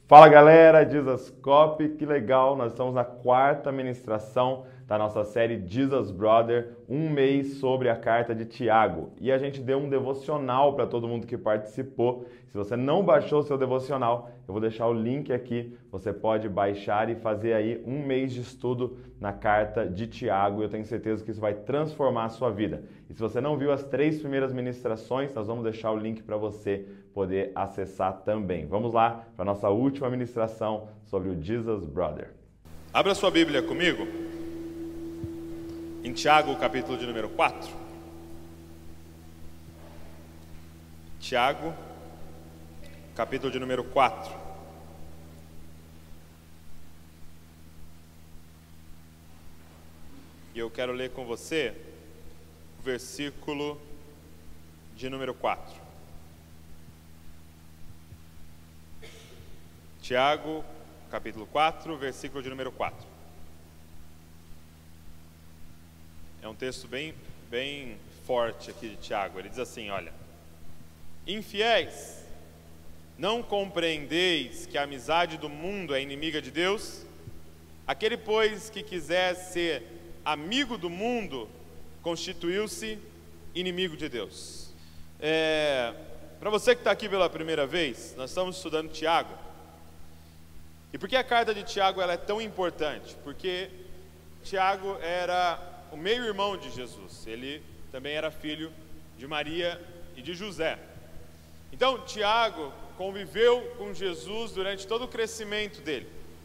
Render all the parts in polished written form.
Fala galera, Jesuscope, que legal, nós estamos na quarta ministração da nossa série Jesus Brother, um mês sobre a carta de Tiago. E a gente deu um devocional para todo mundo que participou. Se você não baixou o seu devocional, eu vou deixar o link aqui, você pode baixar e fazer aí um mês de estudo na carta de Tiago. Eu tenho certeza que isso vai transformar a sua vida. E se você não viu as 3 primeiras ministrações, nós vamos deixar o link para você poder acessar também. Vamos lá para a nossa última ministração sobre o Jesus Brother. Abra sua Bíblia comigo em Tiago, capítulo de número 4. Tiago, capítulo de número 4. E eu quero ler com você o versículo de número 4. Tiago, capítulo 4, versículo de número 4. É um texto bem forte aqui de Tiago. Ele diz assim, olha: infiéis, não compreendeis que a amizade do mundo é inimiga de Deus? Aquele, pois, que quiser ser amigo do mundo, constituiu-se inimigo de Deus. Para você que está aqui pela primeira vez, nós estamos estudando Tiago. E por que a carta de Tiago ela é tão importante? Porque Tiago era o meio-irmão de Jesus. Ele também era filho de Maria e de José. Então, Tiago conviveu com Jesus durante todo o crescimento dele.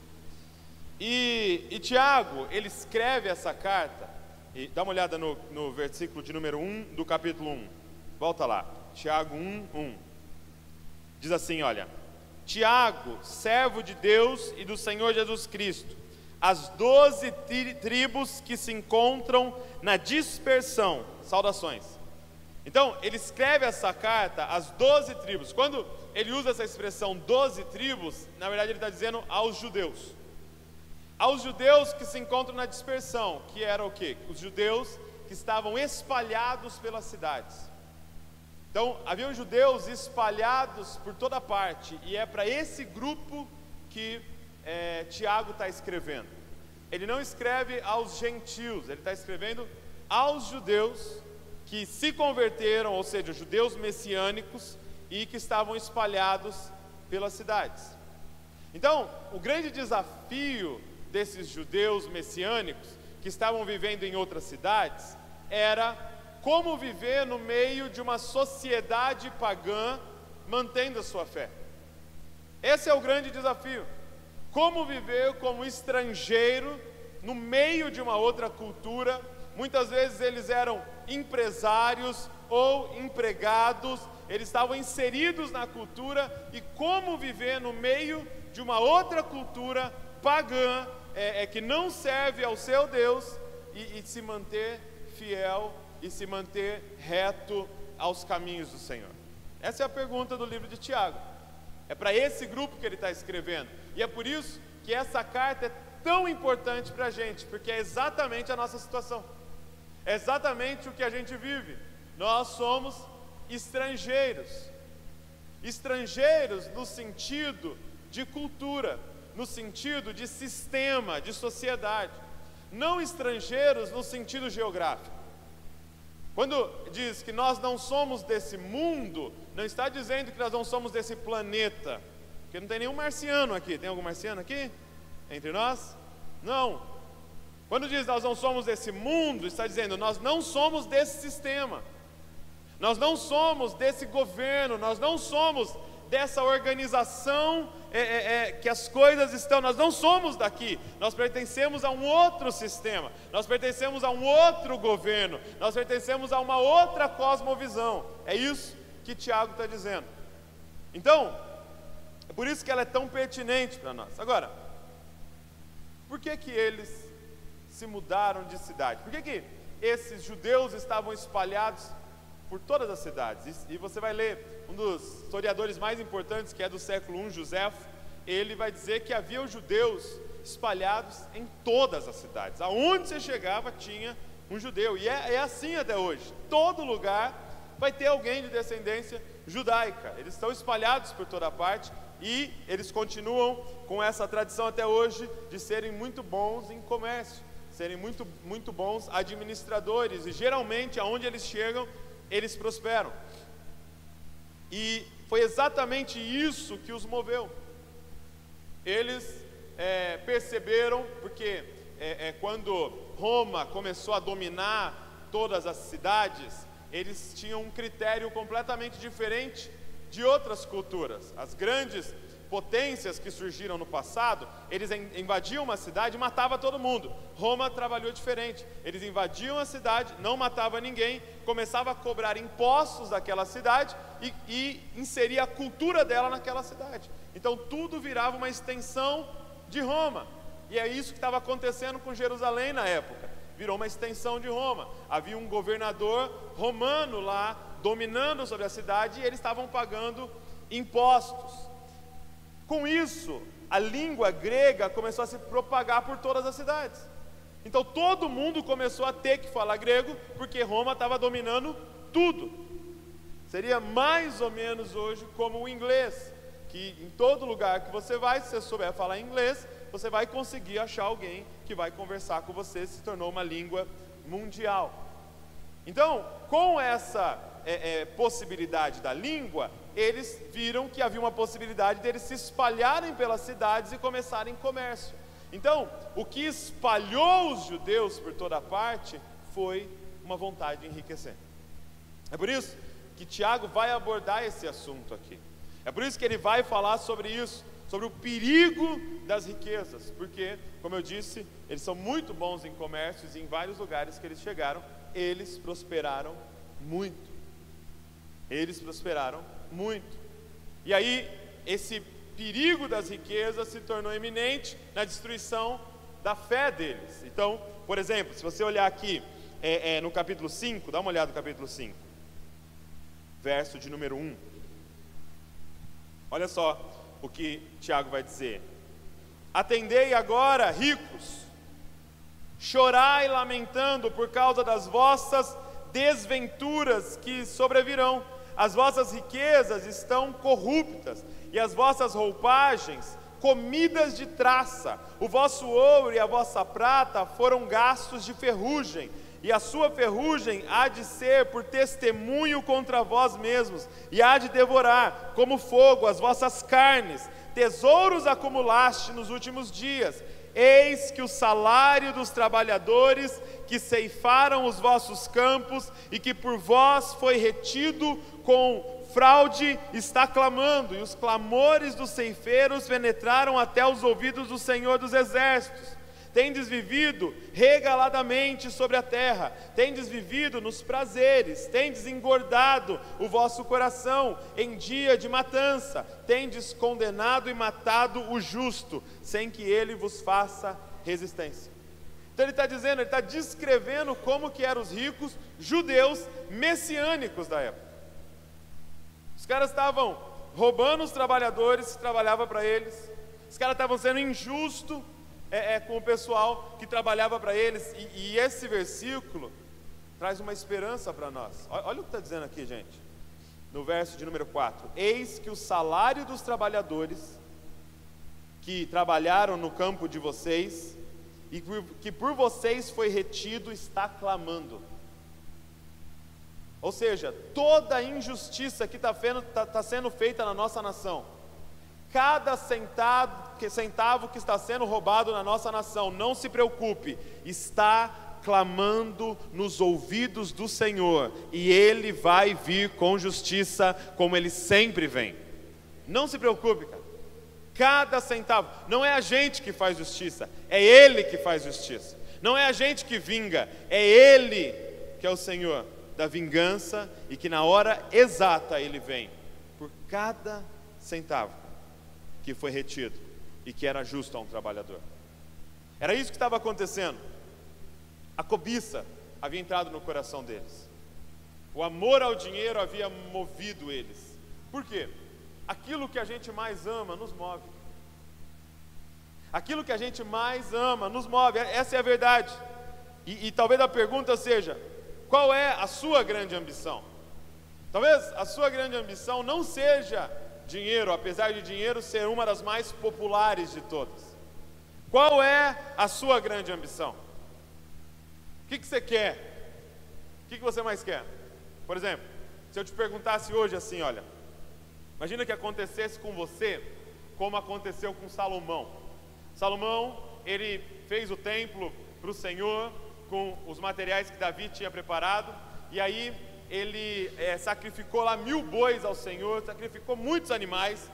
E Tiago, ele escreve essa carta, e dá uma olhada no versículo de número 1 do capítulo 1. Volta lá, Tiago 1:1. Diz assim, olha: Tiago, servo de Deus e do Senhor Jesus Cristo, as 12 tribos que se encontram na dispersão. Saudações. Então, ele escreve essa carta às 12 tribos. Quando ele usa essa expressão 12 tribos, na verdade ele está dizendo aos judeus. Aos judeus que se encontram na dispersão, que era o quê? Os judeus que estavam espalhados pelas cidades. Então, haviam judeus espalhados por toda parte, e é para esse grupo que Tiago está escrevendo. Ele não escreve aos gentios, ele está escrevendo aos judeus que se converteram, ou seja, judeus messiânicos, e que estavam espalhados pelas cidades. Então, o grande desafio desses judeus messiânicos, que estavam vivendo em outras cidades, era como viver no meio de uma sociedade pagã, mantendo a sua fé. Esse é o grande desafio. Como viver como estrangeiro no meio de uma outra cultura. Muitas vezes eles eram empresários ou empregados, eles estavam inseridos na cultura, e como viver no meio de uma outra cultura pagã, que não serve ao seu Deus, e se manter fiel e se manter reto aos caminhos do Senhor. Essa é a pergunta do livro de Tiago. É para esse grupo que ele está escrevendo. E é por isso que essa carta é tão importante para a gente, porque é exatamente a nossa situação. É exatamente o que a gente vive. Nós somos estrangeiros. Estrangeiros no sentido de cultura, no sentido de sistema, de sociedade. Não estrangeiros no sentido geográfico. Quando diz que nós não somos desse mundo, não está dizendo que nós não somos desse planeta, porque não tem nenhum marciano aqui. Tem algum marciano aqui entre nós? Não. Quando diz nós não somos desse mundo, está dizendo nós não somos desse sistema, nós não somos desse governo, nós não somos dessa organização que as coisas estão, nós não somos daqui, nós pertencemos a um outro sistema, nós pertencemos a um outro governo, nós pertencemos a uma outra cosmovisão. É isso que Tiago está dizendo. Então, é por isso que ela é tão pertinente para nós. Agora, por que eles se mudaram de cidade? Por que esses judeus estavam espalhados por todas as cidades? E você vai ler um dos historiadores mais importantes, que é do século I, Joséfo. Ele vai dizer que havia judeus espalhados em todas as cidades. Aonde você chegava tinha um judeu. E é assim até hoje. Todo lugar vai ter alguém de descendência judaica. Eles estão espalhados por toda parte, e eles continuam com essa tradição até hoje de serem muito bons em comércio, serem muito bons administradores, e geralmente aonde eles chegam, eles prosperam. E foi exatamente isso que os moveu. Eles perceberam, porque quando Roma começou a dominar todas as cidades, eles tinham um critério completamente diferente de outras culturas. As grandes potências que surgiram no passado, eles invadiam uma cidade e matavam todo mundo. Roma trabalhou diferente. Eles invadiam a cidade, não matavam ninguém, começavam a cobrar impostos daquela cidade e inseria a cultura dela naquela cidade. Então tudo virava uma extensão de Roma. E é isso que estava acontecendo com Jerusalém na época. Virou uma extensão de Roma. Havia um governador romano lá, dominando sobre a cidade, e eles estavam pagando impostos. Com isso, a língua grega começou a se propagar por todas as cidades. Então todo mundo começou a ter que falar grego, porque Roma estava dominando tudo. Seria mais ou menos hoje como o inglês, que em todo lugar que você vai, se você souber falar inglês, você vai conseguir achar alguém que vai conversar com você, se tornou uma língua mundial. Então, com essa possibilidade da língua, eles viram que havia uma possibilidade deles se espalharem pelas cidades e começarem comércio. Então, o que espalhou os judeus por toda parte foi uma vontade de enriquecer. É por isso que Tiago vai abordar esse assunto aqui. É por isso que ele vai falar sobre isso, sobre o perigo das riquezas, porque, como eu disse, eles são muito bons em comércios e em vários lugares que eles chegaram, eles prosperaram muito. Eles prosperaram muito. E aí, esse perigo das riquezas se tornou iminente na destruição da fé deles. Então, por exemplo, se você olhar aqui no capítulo 5, dá uma olhada no capítulo 5, verso de número 1. Olha só o que Tiago vai dizer: atendei agora, ricos, chorai lamentando por causa das vossas desventuras que sobrevirão. As vossas riquezas estão corruptas, e as vossas roupagens comidas de traça. O vosso ouro e a vossa prata foram gastos de ferrugem, e a sua ferrugem há de ser por testemunho contra vós mesmos, e há de devorar como fogo as vossas carnes. Tesouros acumulaste nos últimos dias. Eis que o salário dos trabalhadores que ceifaram os vossos campos e que por vós foi retido com fraude está clamando, e os clamores dos ceifeiros penetraram até os ouvidos do Senhor dos Exércitos. Tendes vivido regaladamente sobre a terra, tendes vivido nos prazeres, tendes engordado o vosso coração em dia de matança, tendes condenado e matado o justo, sem que ele vos faça resistência. Então ele está dizendo, ele está descrevendo como que eram os ricos judeus messiânicos da época. Os caras estavam roubando os trabalhadores que trabalhavam para eles, os caras estavam sendo injustos com o pessoal que trabalhava para eles, e esse versículo traz uma esperança para nós. Olha o que está dizendo aqui, gente, no verso de número 4: eis que o salário dos trabalhadores que trabalharam no campo de vocês, e que por vocês foi retido, está clamando. Ou seja, toda a injustiça que está sendo feita na nossa nação, cada centavo que está sendo roubado na nossa nação, não se preocupe, está clamando nos ouvidos do Senhor, e Ele vai vir com justiça, como Ele sempre vem. Não se preocupe, cara. Cada centavo, não é a gente que faz justiça, é Ele que faz justiça. Não é a gente que vinga, é Ele que é o Senhor da vingança, e que na hora exata Ele vem por cada centavo que foi retido e que era justo a um trabalhador. Era isso que estava acontecendo. A cobiça havia entrado no coração deles, o amor ao dinheiro havia movido eles. Por quê? Aquilo que a gente mais ama nos move. Aquilo que a gente mais ama nos move, essa é a verdade. E talvez a pergunta seja: qual é a sua grande ambição? Talvez a sua grande ambição não seja dinheiro, apesar de dinheiro ser uma das mais populares de todas. Qual é a sua grande ambição? O que você quer? O que você mais quer? Por exemplo, se eu te perguntasse hoje assim, olha, imagina que acontecesse com você como aconteceu com Salomão. Salomão, ele fez o templo para o Senhor com os materiais que Davi tinha preparado, e aí ele sacrificou lá 1000 bois ao Senhor, sacrificou muitos animais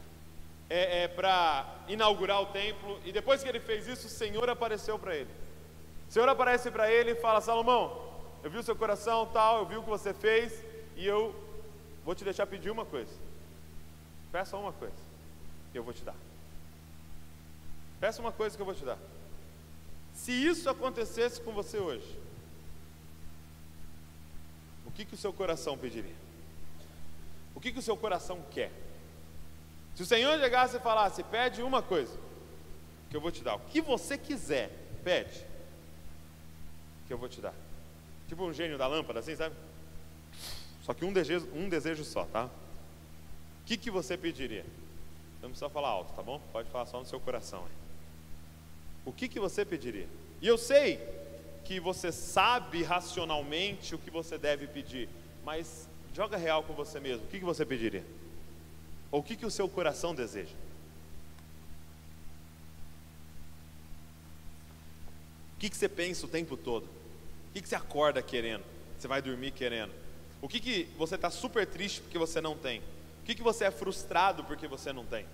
para inaugurar o templo, e depois que ele fez isso, o Senhor apareceu para ele. O Senhor aparece para ele e fala: Salomão, eu vi o seu coração tal, eu vi o que você fez, e eu vou te deixar pedir uma coisa. Peça uma coisa, que eu vou te dar. Peça uma coisa que eu vou te dar. Se isso acontecesse com você hoje, o que o seu coração pediria? O que o seu coração quer? Se o Senhor chegasse e falasse: pede uma coisa, que eu vou te dar. O que você quiser, pede, que eu vou te dar. Tipo um gênio da lâmpada, assim, sabe? Só que um desejo só, tá? O que você pediria? Não precisa falar alto, tá bom? Pode falar só no seu coração aí. O que você pediria? E eu sei que você sabe racionalmente o que você deve pedir, mas joga real com você mesmo. O que você pediria? Ou o que o seu coração deseja? O que você pensa o tempo todo? O que você acorda querendo? Você vai dormir querendo? O que você está super triste porque você não tem? O que você é frustrado porque você não tem?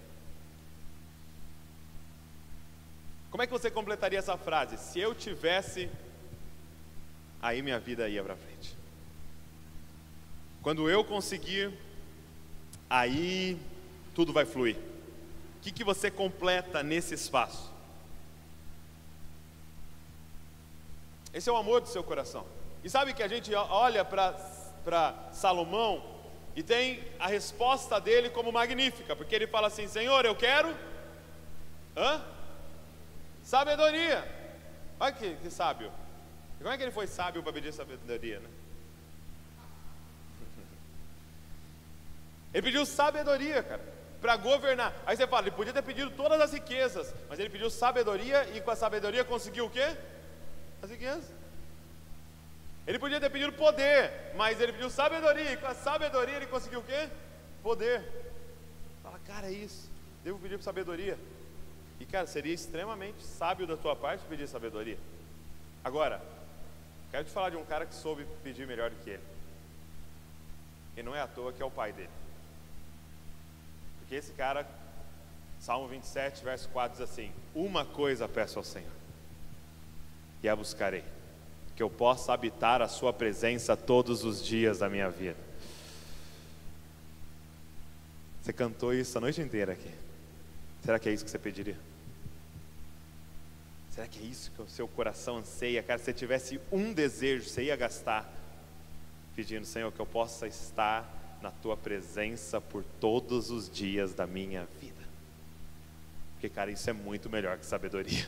Como é que você completaria essa frase? Se eu tivesse, aí minha vida ia para frente. Quando eu conseguir, aí tudo vai fluir. O que você completa nesse espaço? Esse é o amor do seu coração. E sabe que a gente olha para Salomão e tem a resposta dele como magnífica, porque ele fala assim: Senhor, eu quero sabedoria. Olha que sábio. Como é que ele foi sábio para pedir sabedoria, né? Ele pediu sabedoria, cara, para governar. Aí você fala, ele podia ter pedido todas as riquezas, mas ele pediu sabedoria, e com a sabedoria conseguiu o quê? As riquezas. Ele podia ter pedido poder, mas ele pediu sabedoria, e com a sabedoria ele conseguiu o quê? Poder. Fala, cara, é isso, devo pedir sabedoria. E cara, seria extremamente sábio da tua parte pedir sabedoria. Agora, quero te falar de um cara que soube pedir melhor do que ele. E não é à toa que é o pai dele. Porque esse cara, Salmo 27, verso 4 diz assim: uma coisa peço ao Senhor, e a buscarei, que eu possa habitar a sua presença todos os dias da minha vida. Você cantou isso a noite inteira aqui. Será que é isso que você pediria? Será que é isso que o seu coração anseia? Cara, se você tivesse um desejo, você ia gastar pedindo: Senhor, que eu possa estar na tua presença por todos os dias da minha vida. Porque, cara, isso é muito melhor que sabedoria.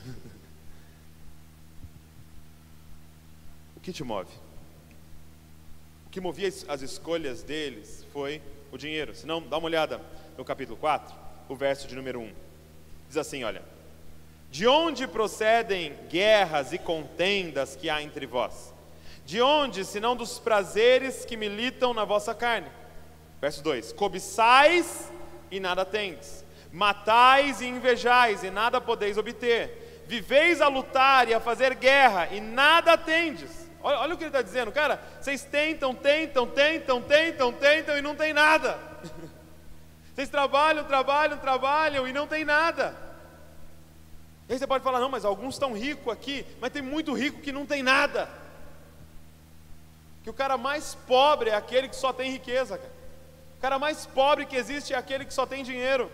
O que te move? O que movia as escolhas deles foi o dinheiro. Se não, dá uma olhada no capítulo 4, o verso de número 1. Diz assim, olha: de onde procedem guerras e contendas que há entre vós? De onde, senão dos prazeres que militam na vossa carne? Verso 2: cobiçais e nada tendes, matais e invejais e nada podeis obter, viveis a lutar e a fazer guerra e nada tendes. Olha o que ele está dizendo, cara, vocês tentam e não tem nada. Vocês trabalham e não tem nada. E aí você pode falar: não, mas alguns estão ricos aqui, mas tem muito rico que não tem nada. Que o cara mais pobre é aquele que só tem riqueza, cara. O cara mais pobre que existe é aquele que só tem dinheiro.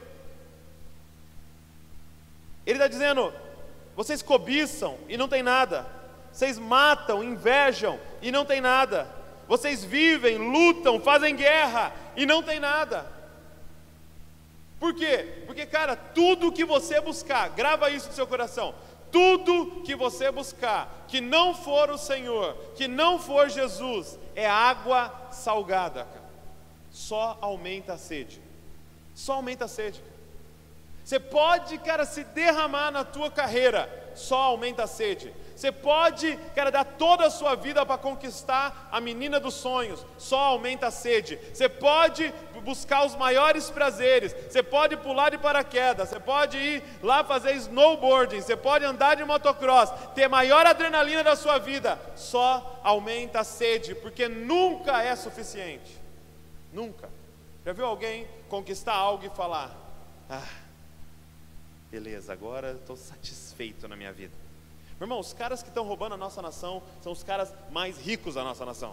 Ele está dizendo: vocês cobiçam e não tem nada, vocês matam, invejam e não tem nada, vocês vivem, lutam, fazem guerra e não tem nada. Por quê? Porque, cara, tudo que você buscar, grava isso no seu coração, tudo que você buscar, que não for o Senhor, que não for Jesus, é água salgada, cara. Só aumenta a sede, só aumenta a sede. Você pode, cara, se derramar na tua carreira, só aumenta a sede. Você pode, cara, dar toda a sua vida para conquistar a menina dos sonhos, só aumenta a sede. Você pode buscar os maiores prazeres, você pode pular de paraquedas, você pode ir lá fazer snowboarding, você pode andar de motocross, ter maior adrenalina da sua vida, só aumenta a sede, porque nunca é suficiente. Nunca. Já viu alguém conquistar algo e falar: beleza, agora eu estou satisfeito na minha vida? Meu irmão, os caras que estão roubando a nossa nação são os caras mais ricos da nossa nação.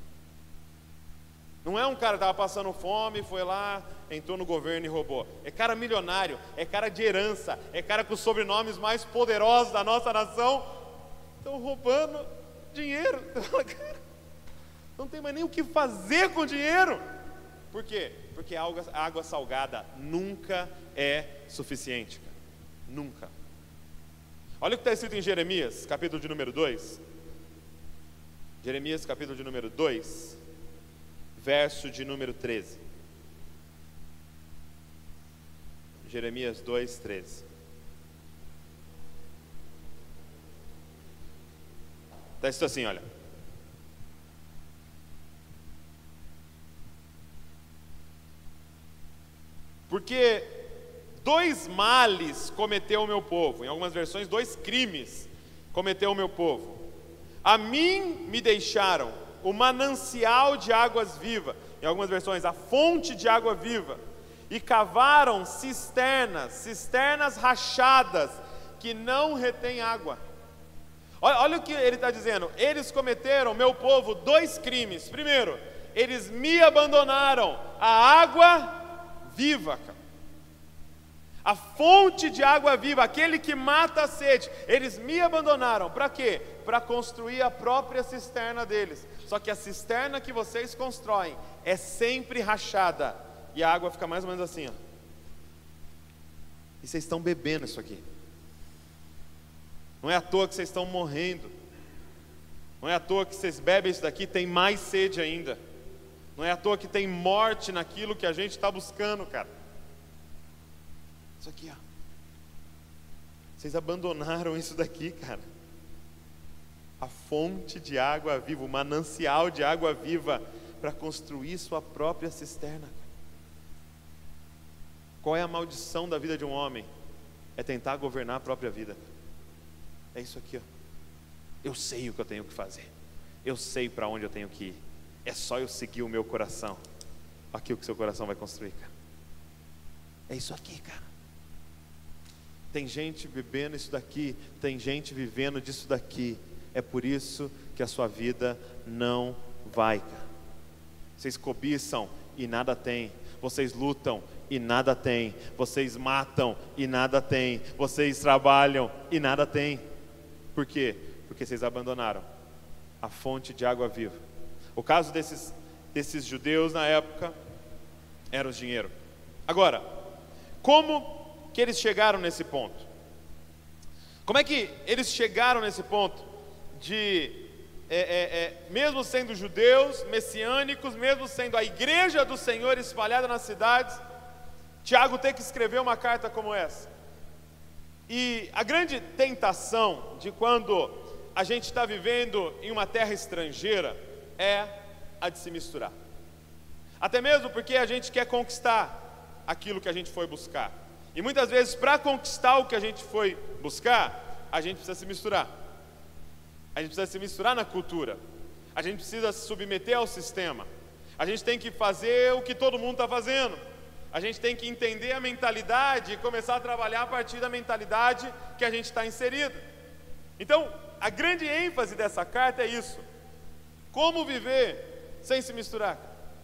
Não é um cara que estava passando fome, foi lá, entrou no governo e roubou. É cara milionário, é cara de herança, é cara com os sobrenomes mais poderosos da nossa nação, estão roubando dinheiro. Não tem mais nem o que fazer com dinheiro. Por quê? Porque a água salgada nunca é suficiente, cara. Nunca. Olha o que está escrito em Jeremias, capítulo de número 2. Jeremias, capítulo de número 2, verso de número 13. Jeremias 2, 13. Está escrito assim, olha: porque 2 males cometeu o meu povo, em algumas versões 2 crimes cometeu o meu povo. A mim me deixaram o manancial de águas vivas, em algumas versões a fonte de água viva, e cavaram cisternas rachadas que não retêm água. Olha o que ele está dizendo: eles cometeram, meu povo, 2 crimes. Primeiro, eles me abandonaram a água viva, cara. A fonte de água viva, aquele que mata a sede, eles me abandonaram. Para quê? Para construir a própria cisterna deles. Só que a cisterna que vocês constroem é sempre rachada, e a água fica mais ou menos assim, ó. E vocês estão bebendo isso aqui. Não é à toa que vocês estão morrendo. Não é à toa que vocês bebem isso daqui, tem mais sede ainda. Não é à toa que tem morte naquilo que a gente está buscando, cara. Isso aqui, ó. Vocês abandonaram isso daqui, cara. A fonte de água viva, o manancial de água viva, para construir sua própria cisterna. Qual é a maldição da vida de um homem? É tentar governar a própria vida. É isso aqui, ó. Eu sei o que eu tenho que fazer. Eu sei para onde eu tenho que ir. É só eu seguir o meu coração. Aqui o que seu coração vai construir, cara. É isso aqui, cara. Tem gente bebendo isso daqui, tem gente vivendo disso daqui. É por isso que a sua vida não vai, cara. Vocês cobiçam e nada tem. Vocês lutam e nada tem. Vocês matam e nada tem. Vocês trabalham e nada tem. Por quê? Porque vocês abandonaram a fonte de água viva. O caso desses judeus na época era o dinheiro. Agora, como que eles chegaram nesse ponto? Como é que eles chegaram nesse ponto de, mesmo sendo judeus, messiânicos, mesmo sendo a igreja do Senhor espalhada nas cidades, Tiago ter que escrever uma carta como essa? E a grande tentação de quando a gente está vivendo em uma terra estrangeira é a de se misturar. Até mesmo porque a gente quer conquistar aquilo que a gente foi buscar. E muitas vezes, para conquistar o que a gente foi buscar, a gente precisa se misturar. A gente precisa se misturar na cultura. A gente precisa se submeter ao sistema. A gente tem que fazer o que todo mundo está fazendo. A gente tem que entender a mentalidade e começar a trabalhar a partir da mentalidade que a gente está inserido. Então, a grande ênfase dessa carta é isso. Como viver sem se misturar?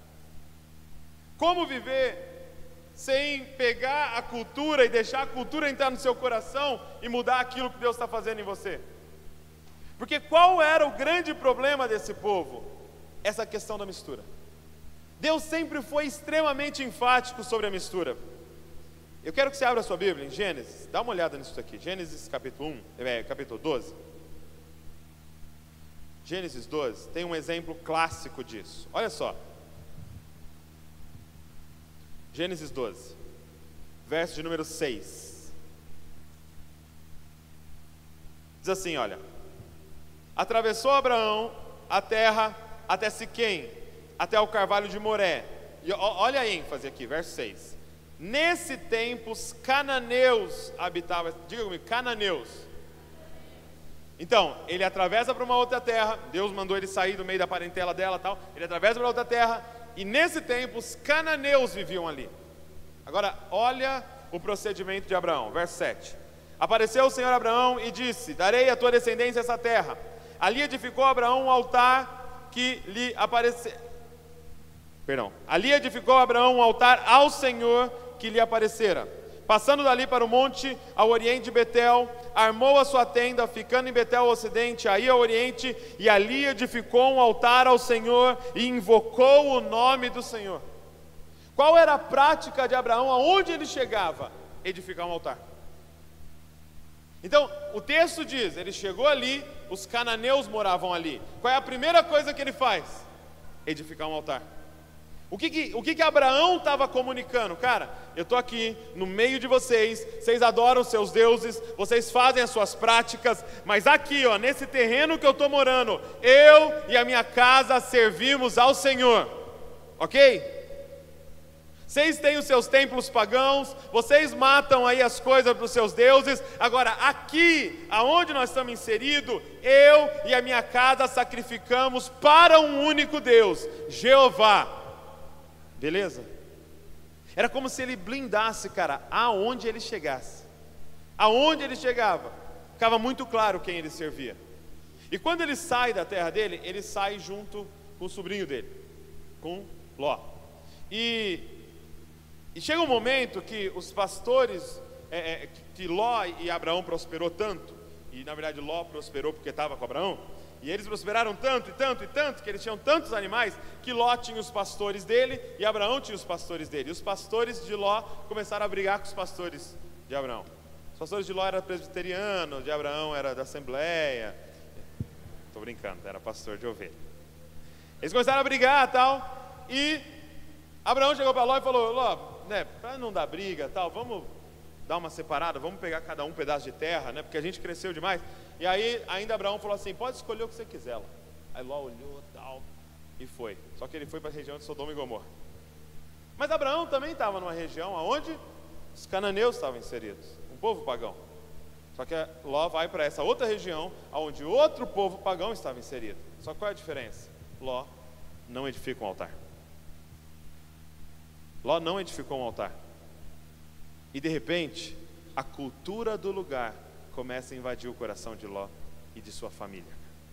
Como viver sem pegar a cultura e deixar a cultura entrar no seu coração e mudar aquilo que Deus está fazendo em você? Porque qual era o grande problema desse povo? Essa questão da mistura. Deus sempre foi extremamente enfático sobre a mistura. Eu quero que você abra a sua Bíblia em Gênesis, dá uma olhada nisso aqui, Gênesis capítulo 12. Gênesis 12 tem um exemplo clássico disso. Olha só. Gênesis 12. verso de número 6. Diz assim, olha: atravessou Abraão a terra até Siquém, até o carvalho de Moré. E olha a ênfase aqui, verso 6. Nesse tempo os cananeus habitavam, diga comigo, cananeus. Então, ele atravessa para uma outra terra, Deus mandou ele sair do meio da parentela dela, tal. Ele atravessa para outra terra, e nesse tempo os cananeus viviam ali. Agora, olha o procedimento de Abraão, verso 7. Apareceu o Senhor a Abraão e disse: darei à tua descendência essa terra. Ali edificou Abraão um altar que lhe apareceu. Ali edificou Abraão um altar ao Senhor que lhe aparecera. Passando dali para o monte ao oriente de Betel, armou a sua tenda, ficando em Betel ao ocidente, aí ao oriente, e ali edificou um altar ao Senhor e invocou o nome do Senhor. Qual era a prática de Abraão? Aonde ele chegava? Edificar um altar. Então, o texto diz, ele chegou ali, os cananeus moravam ali. Qual é a primeira coisa que ele faz? Edificar um altar. O que Abraão estava comunicando? Cara, eu estou aqui no meio de vocês, vocês adoram os seus deuses, vocês fazem as suas práticas, mas aqui, ó, nesse terreno que eu estou morando, eu e a minha casa servimos ao Senhor, ok? Vocês têm os seus templos pagãos, vocês matam aí as coisas para os seus deuses. Agora, aqui, aonde nós estamos inseridos, eu e a minha casa sacrificamos para um único Deus, Jeová. Beleza? Era como se ele blindasse, cara, aonde ele chegasse. Aonde ele chegava, ficava muito claro quem ele servia. E quando ele sai da terra dele, ele sai junto com o sobrinho dele, com Ló. E chega um momento que os pastores, que Ló e Abraão prosperou tanto, e na verdade Ló prosperou porque estava com Abraão, e eles prosperaram tanto, e tanto, e tanto, que eles tinham tantos animais, que Ló tinha os pastores dele, e Abraão tinha os pastores dele. E os pastores de Ló começaram a brigar com os pastores de Abraão. Os pastores de Ló eram presbiterianos, de Abraão era da Assembleia. Estou brincando, era pastor de ovelha. Eles começaram a brigar e tal, e Abraão chegou para Ló e falou: Ló, né, para não dar briga tal, vamos dar uma separada, vamos pegar cada um pedaço de terra, né, porque a gente cresceu demais. E aí ainda Abraão falou assim: pode escolher o que você quiser, Ló. Aí Ló olhou tal e foi. Só que ele foi para a região de Sodoma e Gomorra. Mas Abraão também estava numa região onde os cananeus estavam inseridos, um povo pagão. Só que Ló vai para essa outra região onde outro povo pagão estava inserido. Só que qual é a diferença? Ló não edifica um altar. Ló não edificou um altar. E de repente, a cultura do lugar começa a invadir o coração de Ló e de sua família.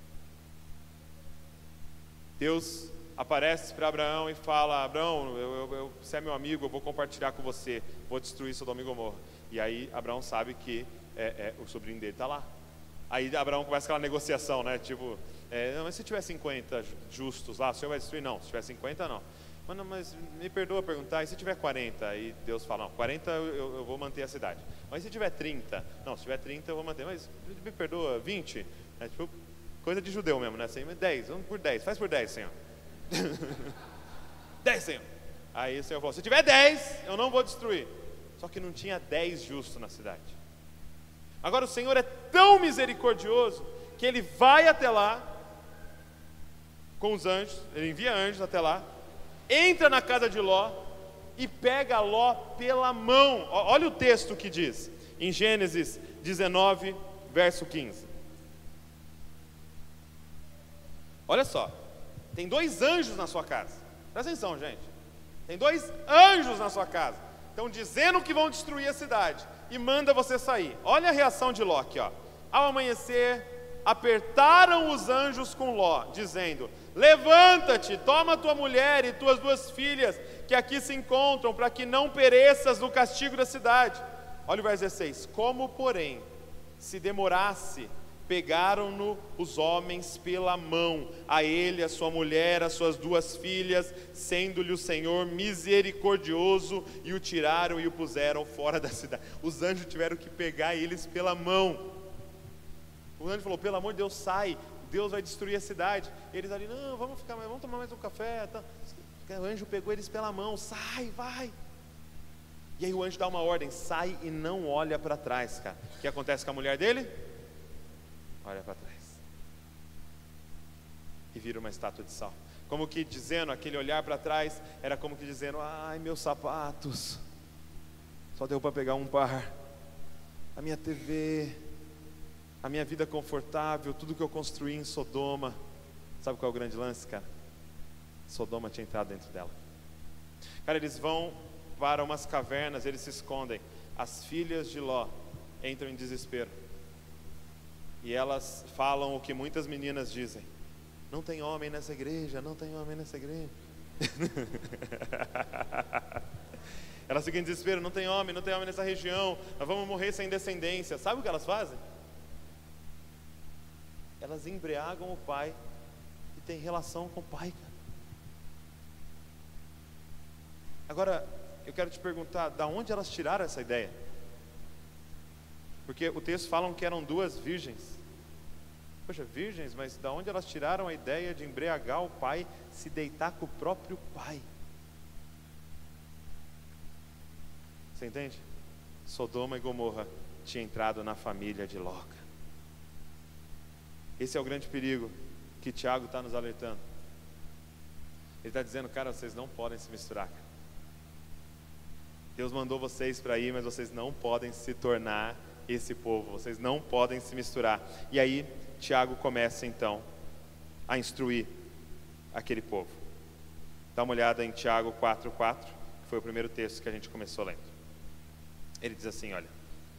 Deus aparece para Abraão e fala: Abraão, você é meu amigo, eu vou compartilhar com você, vou destruir Sodoma e Gomorra. E aí Abraão sabe que o sobrinho dele está lá. Aí Abraão começa aquela negociação, né? Tipo, não, mas se tiver 50 justos lá, o Senhor vai destruir? Não, se tiver 50 não. Mas me perdoa perguntar, e se tiver 40? Aí Deus fala: não, 40 eu vou manter a cidade. Mas se tiver 30? Não, se tiver 30 eu vou manter. Mas me perdoa, 20? Tipo, coisa de judeu mesmo, né? 10, vamos por 10, faz por 10, Senhor. 10, Senhor. Aí o Senhor falou: se tiver 10, eu não vou destruir. Só que não tinha 10 justos na cidade. Agora o Senhor é tão misericordioso que Ele vai até lá com os anjos, Ele envia anjos até lá, entra na casa de Ló e pega Ló pela mão. Olha o texto que diz em Gênesis 19, verso 15. Olha só, tem 2 anjos na sua casa. Presta atenção, gente. Tem 2 anjos na sua casa. Estão dizendo que vão destruir a cidade e manda você sair. Olha a reação de Ló aqui, ó. Ao amanhecer, apertaram os anjos com Ló, dizendo: levanta-te, toma tua mulher e tuas 2 filhas que aqui se encontram, para que não pereças no castigo da cidade. Olha o verso 16. Como, porém, se demorasse, pegaram-no os homens pela mão, a ele, a sua mulher, as suas 2 filhas, sendo-lhe o Senhor misericordioso, e o tiraram e o puseram fora da cidade. Os anjos tiveram que pegar eles pela mão. O anjo falou: pelo amor de Deus, sai, Deus vai destruir a cidade. Eles ali: não, vamos ficar mais, vamos tomar mais um café, tá? O anjo pegou eles pela mão: sai, vai. E aí o anjo dá uma ordem: sai e não olha para trás, cara. O que acontece com a mulher dele? Olha para trás e vira uma estátua de sal. Como que dizendo, aquele olhar para trás era como que dizendo: ai, meus sapatos, só deu para pegar um par, a minha TV, a minha vida confortável, tudo que eu construí em Sodoma. Sabe qual é o grande lance, cara? Sodoma tinha entrado dentro dela. Cara, eles vão para umas cavernas, eles se escondem. As filhas de Ló entram em desespero e elas falam o que muitas meninas dizem: não tem homem nessa igreja, não tem homem nessa igreja. Elas ficam em desespero: não tem homem nessa região, nós vamos morrer sem descendência. Sabe o que elas fazem? Elas embriagam o pai e têm relação com o pai, cara. Agora, eu quero te perguntar, da onde elas tiraram essa ideia? Porque o texto fala que eram duas virgens. Poxa, virgens, mas da onde elas tiraram a ideia de embriagar o pai, se deitar com o próprio pai? Você entende? Sodoma e Gomorra tinha entrado na família de Ló. Esse é o grande perigo que Tiago está nos alertando. Ele está dizendo: cara, vocês não podem se misturar. Deus mandou vocês para ir, mas vocês não podem se tornar esse povo, vocês não podem se misturar. E aí Tiago começa então a instruir aquele povo. Dá uma olhada em Tiago 4:4, que foi o primeiro texto que a gente começou lendo. Ele diz assim, olha: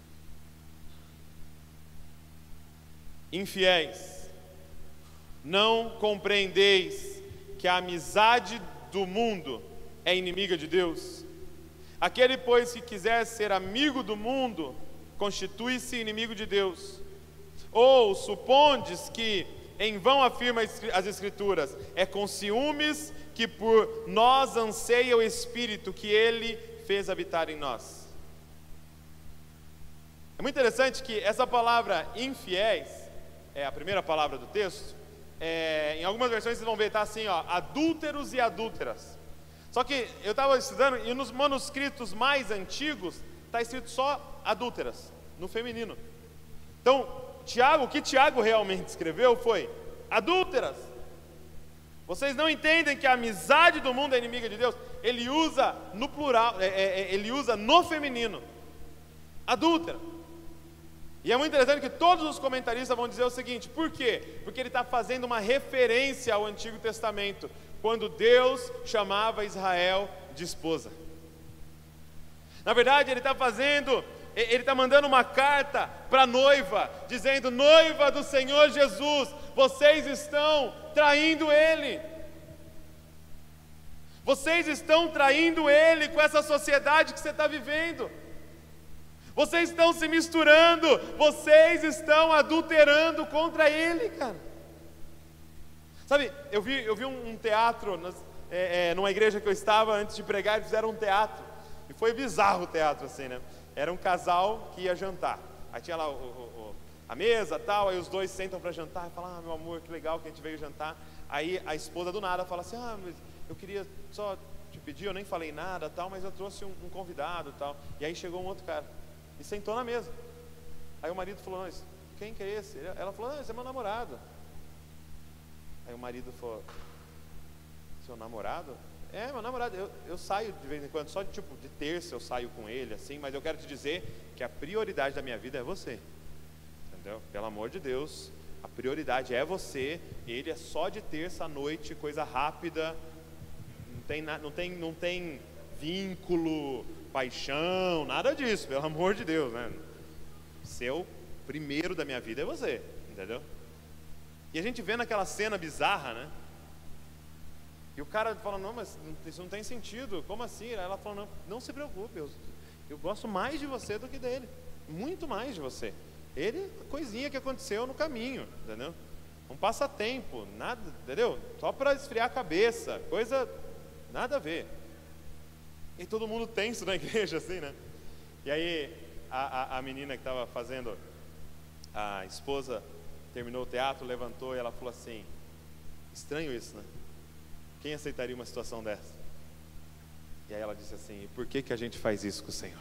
infiéis, não compreendeis que a amizade do mundo é inimiga de Deus? Aquele, pois, que quiser ser amigo do mundo, constitui-se inimigo de Deus. Ou supondes que em vão afirma as Escrituras: é com ciúmes que por nós anseia o Espírito que Ele fez habitar em nós. É muito interessante que essa palavra infiéis, é a primeira palavra do texto, em algumas versões vocês vão ver, está assim, ó, adúlteros e adúlteras. Só que eu estava estudando e nos manuscritos mais antigos está escrito só adúlteras, no feminino. Então, o que Tiago realmente escreveu foi: adúlteras, vocês não entendem que a amizade do mundo é inimiga de Deus? Ele usa no plural, ele usa no feminino, adúltera. E é muito interessante que todos os comentaristas vão dizer o seguinte: por quê? Porque ele está fazendo uma referência ao Antigo Testamento, quando Deus chamava Israel de esposa. Na verdade, ele está mandando uma carta para a noiva, dizendo: noiva do Senhor Jesus, vocês estão traindo Ele. Vocês estão traindo Ele com essa sociedade que você está vivendo. Vocês estão se misturando, vocês estão adulterando contra Ele, cara. Sabe, eu vi um teatro, numa igreja que eu estava antes de pregar, eles fizeram um teatro, e foi bizarro o teatro, assim, né? Era um casal que ia jantar, aí tinha lá a mesa e tal, aí os dois sentam para jantar, e falam: ah, meu amor, que legal que a gente veio jantar. Aí a esposa do nada fala assim: ah, mas eu queria só te pedir, eu nem falei nada tal, mas eu trouxe um convidado tal. E aí chegou um outro cara, e sentou na mesa. Aí o marido falou: mas quem que é esse? Ela falou: ah, esse é meu namorado. Aí o marido falou: seu namorado? É, meu namorado, eu saio de vez em quando, só de terça eu saio com ele, assim, mas eu quero te dizer que a prioridade da minha vida é você, entendeu? Pelo amor de Deus, a prioridade é você, ele é só de terça à noite, coisa rápida, não tem vínculo, paixão, nada disso, pelo amor de Deus, né? Seu primeiro da minha vida é você, entendeu? E a gente vê naquela cena bizarra, né? E o cara fala: não, mas isso não tem sentido, como assim? Aí ela fala: não se preocupe, eu gosto mais de você do que dele, muito mais de você. Ele, coisinha que aconteceu no caminho, entendeu? Um passatempo, nada, entendeu? Só para esfriar a cabeça, coisa, nada a ver. E todo mundo tenso na igreja, assim, né? E aí a menina que estava fazendo, a esposa, terminou o teatro, levantou e ela falou assim: estranho isso, né? Quem aceitaria uma situação dessa? E aí ela disse assim: e por que que a gente faz isso com o Senhor?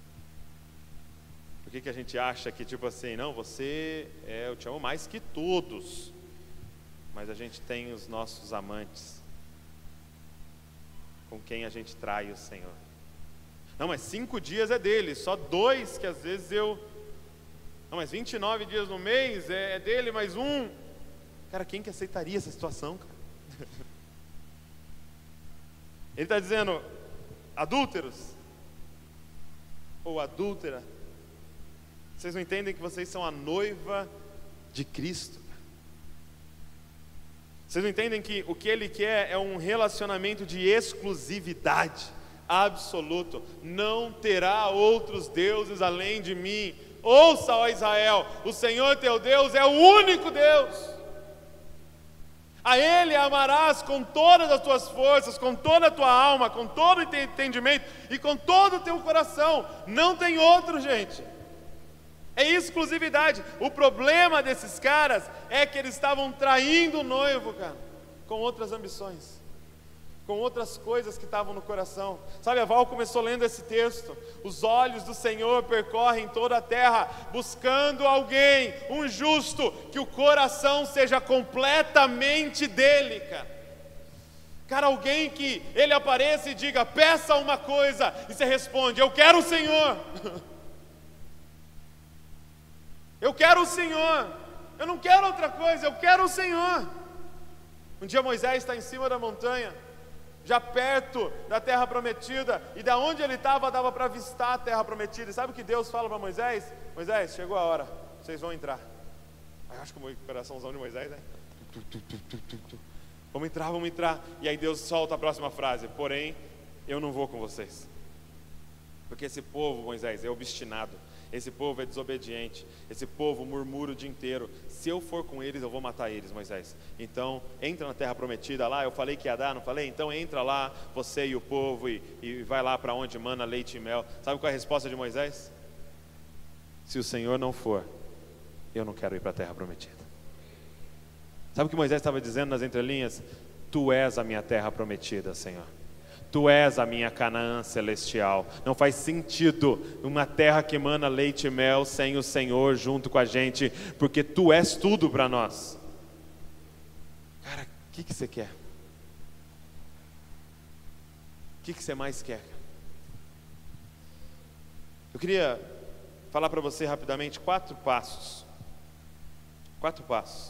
Por que que a gente acha que tipo assim, não, eu te amo mais que todos, mas a gente tem os nossos amantes, com quem a gente trai o Senhor. Não, mas 5 dias é dele, só 2 que às vezes não, mas 29 dias no mês é dele, mais 1. Cara, quem que aceitaria essa situação, cara? Ele está dizendo: adúlteros ou adúltera, vocês não entendem que vocês são a noiva de Cristo? Vocês não entendem que o que Ele quer é um relacionamento de exclusividade absoluto. Não terá outros deuses além de mim. Ouça, ó Israel, o Senhor teu Deus é o único Deus. A Ele amarás com todas as tuas forças, com toda a tua alma, com todo o entendimento e com todo o teu coração. Não tem outro, gente. É exclusividade. O problema desses caras é que eles estavam traindo o noivo, cara, com outras ambições, com outras coisas que estavam no coração. Sabe, a Val começou lendo esse texto: os olhos do Senhor percorrem toda a terra, buscando alguém, um justo, que o coração seja completamente dele, cara. Cara, alguém que ele apareça e diga: peça uma coisa, e você responde: eu quero o Senhor. Eu quero o Senhor, eu não quero outra coisa, eu quero o Senhor. Um dia Moisés está em cima da montanha, já perto da terra prometida, e da onde ele estava dava para avistar a terra prometida. E sabe o que Deus fala para Moisés? Moisés, chegou a hora, vocês vão entrar. Aí eu acho que o coraçãozão de Moisés, né? Vamos entrar. E aí Deus solta a próxima frase: porém, eu não vou com vocês, porque esse povo, Moisés, é obstinado. Esse povo é desobediente, esse povo murmura o dia inteiro. Se eu for com eles, eu vou matar eles, Moisés. Então, entra na terra prometida lá. Eu falei que ia dar, não falei? Então entra lá, você e o povo, e vai lá para onde mana leite e mel. Sabe qual é a resposta de Moisés? Se o Senhor não for, eu não quero ir para a terra prometida. Sabe o que Moisés estava dizendo nas entrelinhas? Tu és a minha terra prometida, Senhor. Tu és a minha Canaã celestial. Não faz sentido uma terra que emana leite e mel sem o Senhor junto com a gente, porque Tu és tudo para nós. Cara, o que você quer? O que você mais quer? Eu queria falar para você rapidamente 4 passos. 4 passos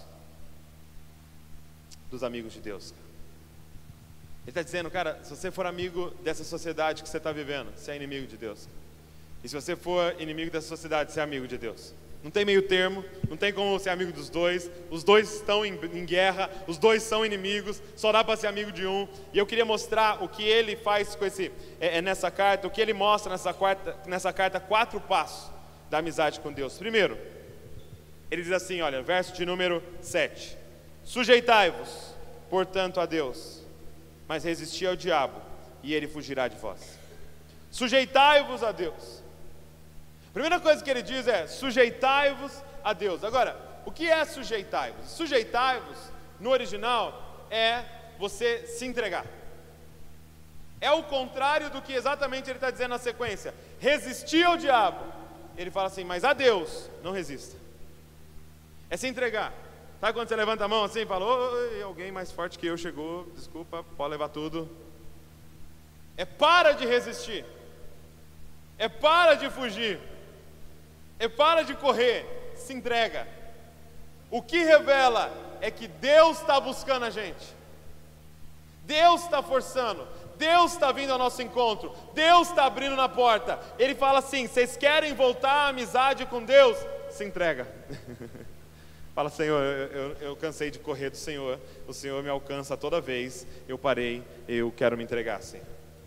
dos amigos de Deus. Ele está dizendo: cara, se você for amigo dessa sociedade que você está vivendo, você é inimigo de Deus. E se você for inimigo dessa sociedade, você é amigo de Deus. Não tem meio termo, não tem como ser amigo dos dois. Os dois estão em guerra, os dois são inimigos, só dá para ser amigo de um. E eu queria mostrar o que ele faz com nessa carta, o que ele mostra nessa carta 4 passos da amizade com Deus. Primeiro, ele diz assim, olha, verso de número 7: sujeitai-vos, portanto, a Deus, mas resisti ao diabo, e ele fugirá de vós. Sujeitai-vos a Deus. A primeira coisa que ele diz é: sujeitai-vos a Deus. Agora, o que é sujeitai-vos? Sujeitai-vos, no original, é você se entregar. É o contrário do que exatamente ele está dizendo na sequência. Resistir ao diabo. Ele fala assim: mas a Deus, não resista. É se entregar. Sabe quando você levanta a mão assim e fala: oi, alguém mais forte que eu chegou, desculpa, pode levar tudo. É para de resistir. É para de fugir. É para de correr. Se entrega. O que revela é que Deus está buscando a gente. Deus está forçando. Deus está vindo ao nosso encontro. Deus está abrindo na porta. Ele fala assim: vocês querem voltar à amizade com Deus? Se entrega. Fala: Senhor, eu cansei de correr do Senhor. O Senhor me alcança toda vez. Eu parei, eu quero me entregar, Senhor.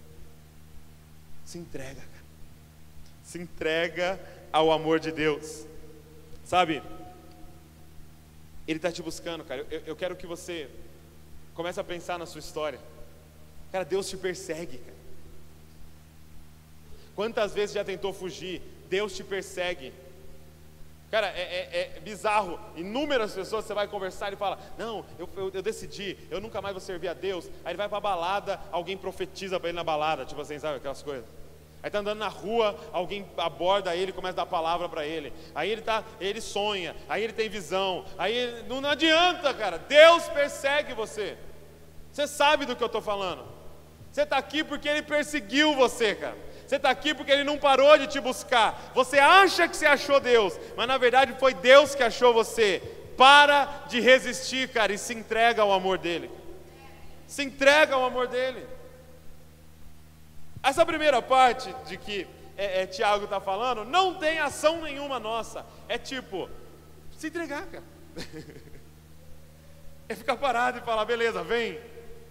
Se entrega, cara. Se entrega ao amor de Deus. Sabe, Ele está te buscando, cara. Eu quero que você comece a pensar na sua história. Cara, Deus te persegue, cara. Quantas vezes já tentou fugir? Deus te persegue. Cara, é bizarro. Inúmeras pessoas você vai conversar e fala: não, eu decidi, eu nunca mais vou servir a Deus. Aí ele vai pra balada, alguém profetiza para ele na balada, tipo assim, sabe, aquelas coisas. Aí tá andando na rua, alguém aborda ele e começa a dar palavra para ele. Aí ele sonha, aí ele tem visão. Aí não adianta, cara. Deus persegue você. Você sabe do que eu estou falando. Você está aqui porque Ele perseguiu você, cara. Você está aqui porque Ele não parou de te buscar. Você acha que você achou Deus, mas na verdade foi Deus que achou você. Para de resistir, cara, e se entrega ao amor dEle. Se entrega ao amor dEle. Essa primeira parte de que Tiago está falando, não tem ação nenhuma nossa. É tipo, se entregar, cara. É ficar parado e falar: beleza, vem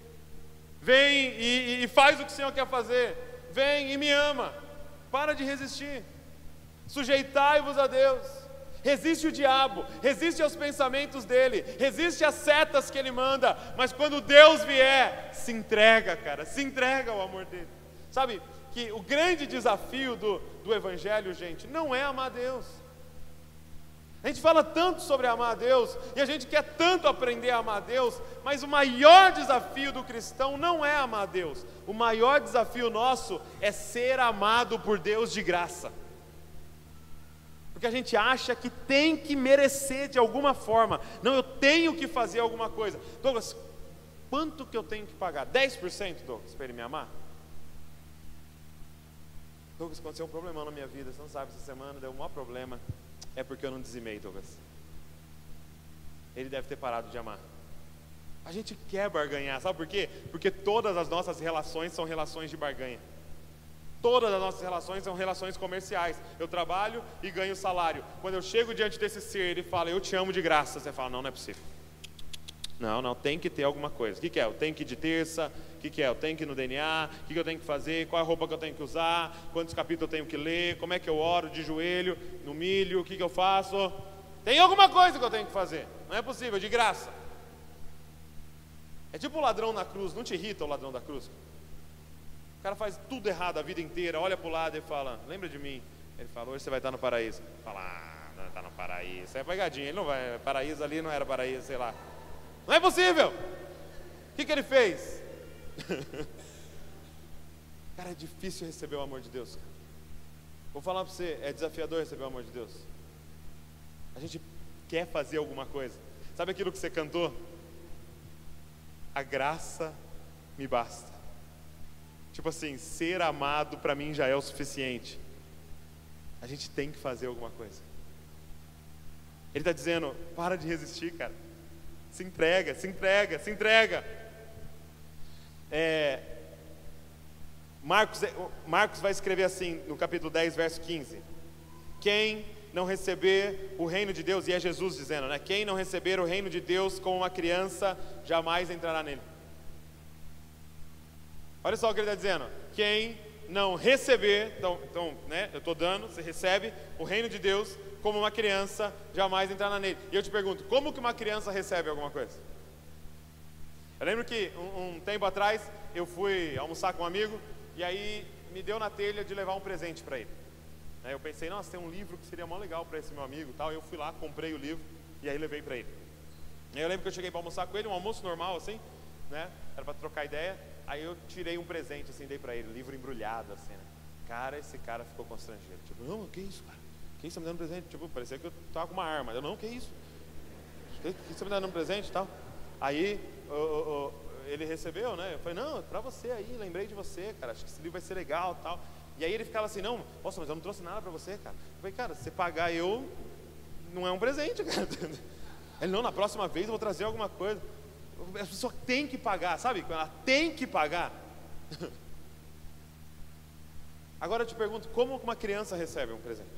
e faz o que o Senhor quer fazer. Vem e me ama. Para de resistir. Sujeitai-vos a Deus. Resiste o diabo, resiste aos pensamentos dele, resiste às setas que ele manda. Mas quando Deus vier, se entrega, cara. Se entrega ao amor dele. Sabe que o grande desafio do Evangelho, gente, não é amar Deus. A gente fala tanto sobre amar a Deus, e a gente quer tanto aprender a amar a Deus, mas o maior desafio do cristão não é amar a Deus. O maior desafio nosso é ser amado por Deus de graça. Porque a gente acha que tem que merecer de alguma forma. Não, eu tenho que fazer alguma coisa. Douglas, quanto que eu tenho que pagar? 10%, Douglas, para ele me amar? Douglas, aconteceu um problemão na minha vida, você não sabe, essa semana deu um maior problema. É porque eu não dizimei, Douglas. Ele deve ter parado de amar. A gente quer barganhar, sabe por quê? Porque todas as nossas relações são relações de barganha. Todas as nossas relações são relações comerciais. Eu trabalho e ganho salário. Quando eu chego diante desse ser, ele fala: eu te amo de graça. Você fala: não, não é possível. Não, tem que ter alguma coisa. O que é? Eu tenho que ir de terça? O que é? Eu tenho que ir no DNA? O que eu tenho que fazer? Qual é a roupa que eu tenho que usar? Quantos capítulos eu tenho que ler? Como é que eu oro? De joelho? No milho? O que eu faço? Tem alguma coisa que eu tenho que fazer. Não é possível, de graça. É tipo o ladrão na cruz. Não te irrita o ladrão da cruz? O cara faz tudo errado a vida inteira, olha para o lado e fala: lembra de mim? Ele fala: hoje você vai estar no paraíso. Fala: não está no paraíso. Isso é pegadinha, ele não vai. Paraíso ali não era paraíso, sei lá. Não é possível. O que ele fez? Cara, é difícil receber o amor de Deus. Vou falar para você, é desafiador receber o amor de Deus. A gente quer fazer alguma coisa. Sabe aquilo que você cantou? A graça me basta. Tipo assim, ser amado para mim já é o suficiente. A gente tem que fazer alguma coisa. Ele está dizendo: para de resistir, cara. Se entrega, se entrega, se entrega. Marcos vai escrever assim no capítulo 10, verso 15: quem não receber o reino de Deus, e é Jesus dizendo, né? Quem não receber o reino de Deus como uma criança, jamais entrará nele. Olha só o que ele está dizendo: quem não receber, então, né? Eu estou dando, você recebe o reino de Deus como uma criança, jamais entrará nele. E eu te pergunto, como que uma criança recebe alguma coisa? Eu lembro que um tempo atrás eu fui almoçar com um amigo, e aí me deu na telha de levar um presente para ele. Aí eu pensei: nossa, tem um livro que seria mó legal para esse meu amigo, tal. Eu fui lá, comprei o livro e aí levei para ele. Aí eu lembro que eu cheguei para almoçar com ele, um almoço normal assim, né? Era para trocar ideia. Aí eu tirei um presente assim, dei para ele, um livro embrulhado assim, né? Cara, esse cara ficou constrangido. Tipo: não, que isso, cara? Que isso, você me dando presente? Tipo, parecia que eu tava com uma arma. Eu: não, que isso? Que você me dando um presente e tal? Aí ele recebeu, né? Eu falei: não, pra você aí, lembrei de você, cara, acho que esse livro vai ser legal e tal. E aí ele ficava assim: não, nossa, mas eu não trouxe nada pra você, cara. Eu falei: cara, se você pagar não é um presente, cara. Ele: não, na próxima vez eu vou trazer alguma coisa. A pessoa tem que pagar, sabe? Ela tem que pagar. Agora eu te pergunto, como uma criança recebe um presente?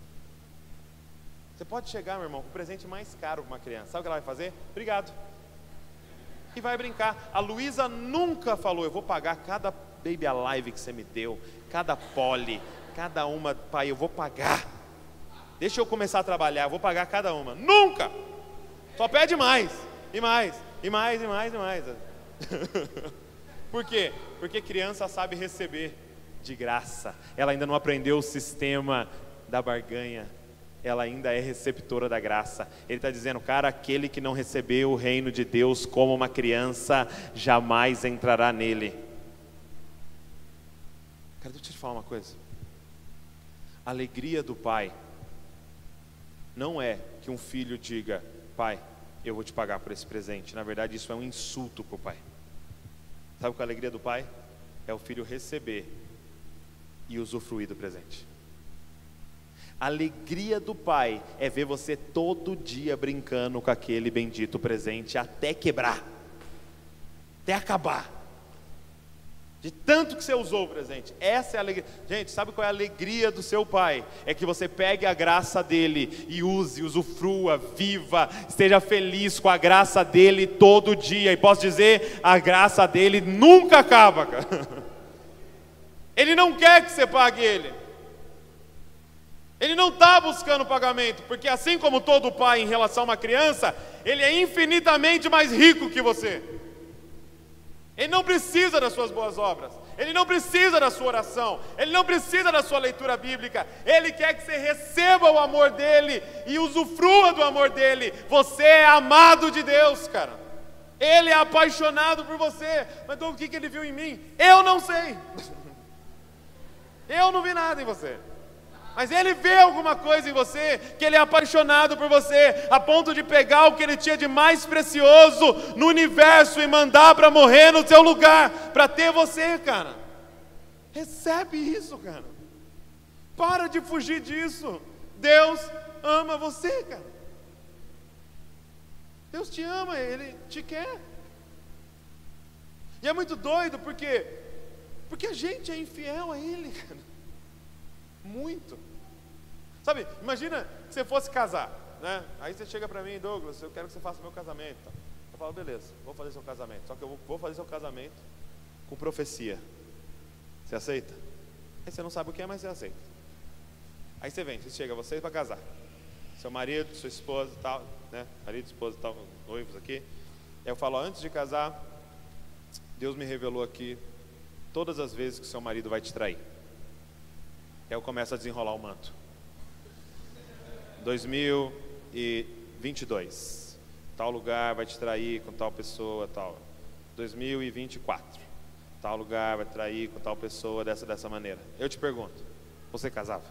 Você pode chegar, meu irmão, com o presente mais caro para uma criança. Sabe o que ela vai fazer? Obrigado. E vai brincar. A Luísa nunca falou: eu vou pagar cada Baby Alive que você me deu, cada Polly, cada uma, pai, eu vou pagar. Deixa eu começar a trabalhar, eu vou pagar cada uma. Nunca! Só pede mais, e mais, e mais, e mais, e mais. Por quê? Porque criança sabe receber de graça. Ela ainda não aprendeu o sistema da barganha. ela ainda é receptora da graça. Ele está dizendo, cara, aquele que não recebeu o reino de Deus como uma criança, jamais entrará nele. Cara, deixa eu te falar uma coisa. A alegria do pai não é que um filho diga, pai, eu vou te pagar por esse presente. Na verdade, isso é um insulto para o pai. Sabe qual é a alegria do pai? É o filho receber e usufruir do presente. A alegria do pai é ver você todo dia brincando com aquele bendito presente até quebrar, até acabar, de tanto que você usou o presente. Essa é a alegria. Gente, sabe qual é a alegria do seu pai? É que você pegue a graça dele e use, usufrua, viva, esteja feliz com a graça dele todo dia. E posso dizer, a graça dele nunca acaba, cara. Ele não quer que você pague ele. Ele não está buscando pagamento, porque assim como todo pai em relação a uma criança, ele é infinitamente mais rico que você. Ele não precisa das suas boas obras, ele não precisa da sua oração, ele não precisa da sua leitura bíblica, ele quer que você receba o amor dele e usufrua do amor dele. Você é amado de Deus, cara. Ele é apaixonado por você. Mas então, o que ele viu em mim? Eu não sei. Eu não vi nada em você. Mas ele vê alguma coisa em você, que ele é apaixonado por você, a ponto de pegar o que ele tinha de mais precioso no universo e mandar para morrer no seu lugar, para ter você, cara. Recebe isso, cara. Para de fugir disso. Deus ama você, cara. Deus te ama, Ele te quer. E é muito doido, porque a gente é infiel a Ele, cara. Muito. Sabe, imagina que você fosse casar, né? Aí você chega para mim, Douglas, eu quero que você faça meu casamento. Eu falo, beleza, vou fazer seu casamento. Só que eu vou fazer seu casamento com profecia. Você aceita? Aí você não sabe o que é, mas você aceita. Aí você vem, você chega, vocês para casar. Seu marido, sua esposa e tal, né? Marido, esposa e tal, noivos aqui. Aí eu falo, antes de casar, Deus me revelou aqui todas as vezes que seu marido vai te trair. Aí eu começo a desenrolar o manto. 2022, tal lugar vai te trair com tal pessoa, tal. 2024, tal lugar vai te trair com tal pessoa dessa maneira. Eu te pergunto, você casava?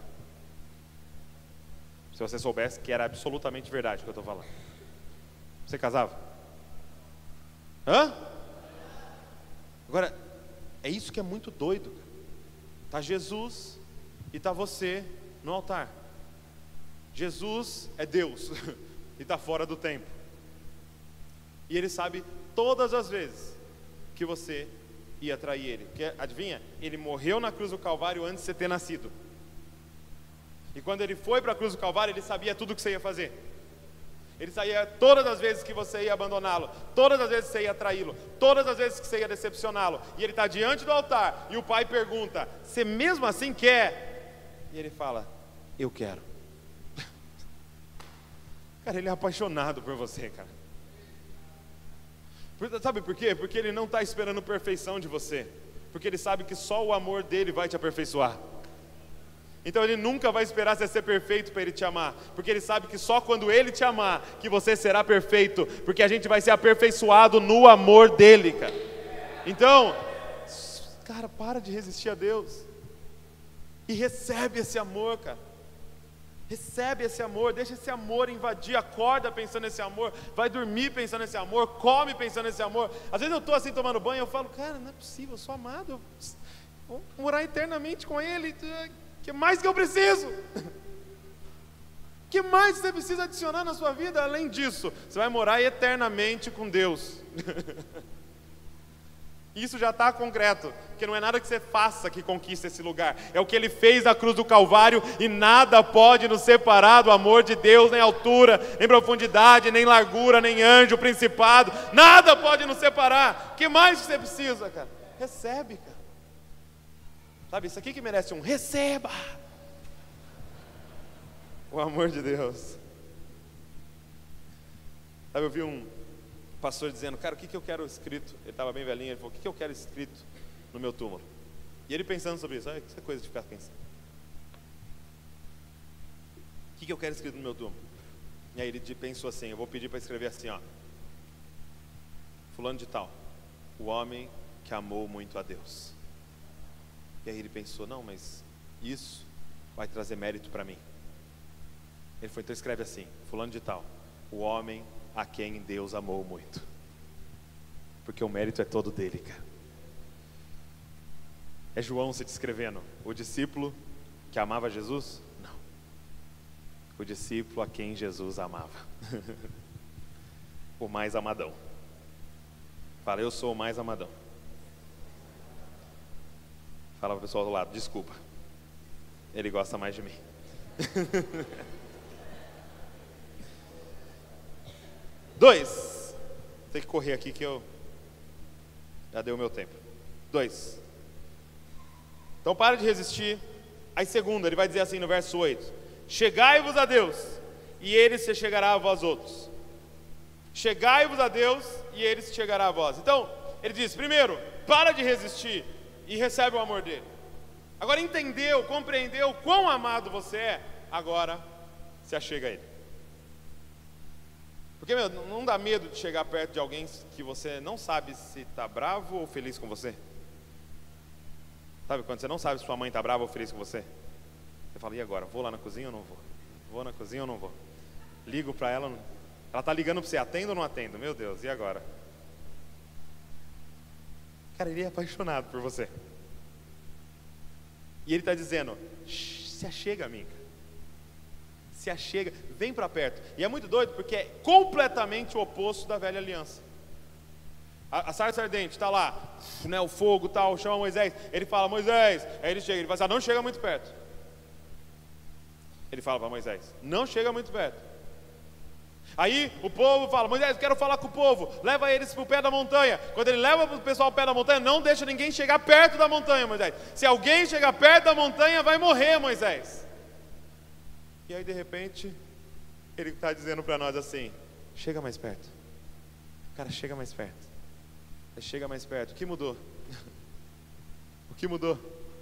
Se você soubesse que era absolutamente verdade o que eu estou falando. Você casava? Hã? Agora, é isso que é muito doido. Está Jesus e está você no altar. Jesus é Deus e está fora do tempo. E Ele sabe todas as vezes que você ia trair Ele. Porque, adivinha? Ele morreu na cruz do Calvário antes de você ter nascido. E quando Ele foi para a cruz do Calvário, Ele sabia tudo o que você ia fazer. Ele sabia todas as vezes que você ia abandoná-lo, todas as vezes que você ia traí-lo, todas as vezes que você ia decepcioná-lo. E Ele está diante do altar e o Pai pergunta, você mesmo assim quer? E Ele fala, eu quero. Cara, Ele é apaixonado por você, cara. Sabe por quê? Porque Ele não está esperando perfeição de você. Porque Ele sabe que só o amor dEle vai te aperfeiçoar. Então Ele nunca vai esperar você ser perfeito para Ele te amar. Porque Ele sabe que só quando Ele te amar que você será perfeito. Porque a gente vai ser aperfeiçoado no amor dEle, cara. Então, cara, para de resistir a Deus. E recebe esse amor, cara. Recebe esse amor, deixa esse amor invadir, acorda pensando nesse amor, vai dormir pensando nesse amor, come pensando nesse amor. Às vezes eu estou assim tomando banho, eu falo, cara, não é possível, eu sou amado, eu vou morar eternamente com Ele, o que mais que eu preciso? O que mais você precisa adicionar na sua vida? Além disso, você vai morar eternamente com Deus. Isso já está concreto, porque não é nada que você faça que conquista esse lugar, é o que Ele fez na cruz do Calvário, e nada pode nos separar do amor de Deus, nem altura, nem profundidade, nem largura, nem anjo, principado, nada pode nos separar. O que mais você precisa, cara? Recebe, cara. Sabe, isso aqui que merece um receba. O amor de Deus. Sabe, eu vi um pastor dizendo, cara, o que eu quero escrito? Ele estava bem velhinho, ele falou, o que eu quero escrito no meu túmulo? E ele pensando sobre isso, isso é coisa de ficar pensando. O que eu quero escrito no meu túmulo? E aí ele pensou assim, eu vou pedir para escrever assim, ó. Fulano de tal, o homem que amou muito a Deus. E aí ele pensou, não, mas isso vai trazer mérito para mim. Ele foi, então escreve assim, fulano de tal, o homem a quem Deus amou muito. Porque o mérito é todo dele, cara. É João se descrevendo, o discípulo que amava Jesus? Não. O discípulo a quem Jesus amava. O mais amadão. Fala, eu sou o mais amadão. Fala para o pessoal do lado, desculpa. Ele gosta mais de mim. 2. Tem que correr aqui que eu já deu o meu tempo. 2. Então para de resistir. Aí segundo, ele vai dizer assim no verso 8: chegai-vos a Deus, e Ele se chegará a vós outros. Chegai-vos a Deus, e Ele se chegará a vós. Então, ele diz, primeiro, para de resistir e recebe o amor dele. Agora entendeu, compreendeu quão amado você é, agora se achega a Ele. Porque, meu, não dá medo de chegar perto de alguém que você não sabe se está bravo ou feliz com você? Sabe quando você não sabe se sua mãe está brava ou feliz com você? Você fala, e agora? Vou lá na cozinha ou não vou? Vou na cozinha ou não vou? Ligo para ela, ela está ligando para você, atendo ou não atendo? Meu Deus, e agora? Cara, ele é apaixonado por você. E ele está dizendo, se achega a mim, cara. Se achega, vem para perto. E é muito doido porque é completamente o oposto da velha aliança. A sarça ardente está lá, né, o fogo tal, chama Moisés. Ele fala, Moisés, aí ele chega, ele fala assim, não chega muito perto. Ele fala para Moisés, não chega muito perto. Aí o povo fala, Moisés, quero falar com o povo, leva eles para o pé da montanha. Quando ele leva o pessoal ao pé da montanha, não deixa ninguém chegar perto da montanha, Moisés. Se alguém chegar perto da montanha, vai morrer, Moisés. E aí de repente, ele está dizendo para nós assim, chega mais perto. Cara, chega mais perto. Chega mais perto. O que mudou? O que mudou?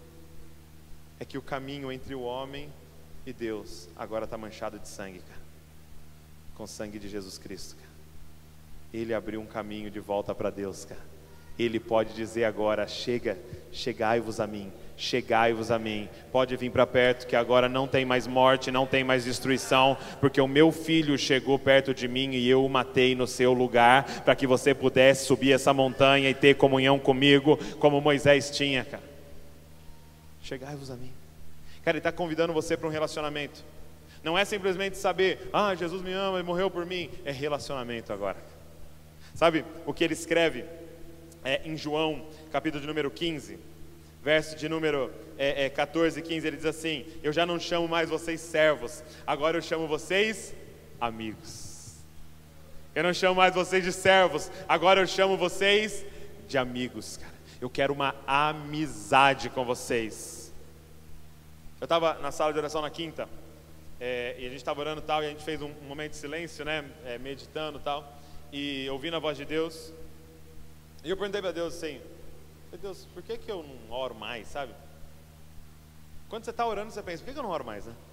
É que o caminho entre o homem e Deus agora está manchado de sangue, cara. Com o sangue de Jesus Cristo, cara. Ele abriu um caminho de volta para Deus, cara. Ele pode dizer agora, chega, chegai-vos a mim. Chegai-vos a mim, pode vir para perto, que agora não tem mais morte, não tem mais destruição, porque o meu filho chegou perto de mim e eu o matei no seu lugar, para que você pudesse subir essa montanha e ter comunhão comigo, como Moisés tinha, cara. Chegai-vos a mim. Cara, ele está convidando você para um relacionamento. Não é simplesmente saber, Jesus me ama e morreu por mim. É relacionamento agora. Sabe o que ele escreve em João, capítulo de número 15, verso de número 14 e 15, ele diz assim, eu já não chamo mais vocês servos, agora eu chamo vocês amigos. Eu não chamo mais vocês de servos, agora eu chamo vocês de amigos, cara. Eu quero uma amizade com vocês. Eu estava na sala de oração na quinta, e a gente estava orando e tal, e a gente fez um momento de silêncio, né, meditando e tal, e ouvindo a voz de Deus. E eu perguntei para Deus assim, Deus, por que eu não oro mais, sabe? Quando você está orando, você pensa, por que eu não oro mais, né?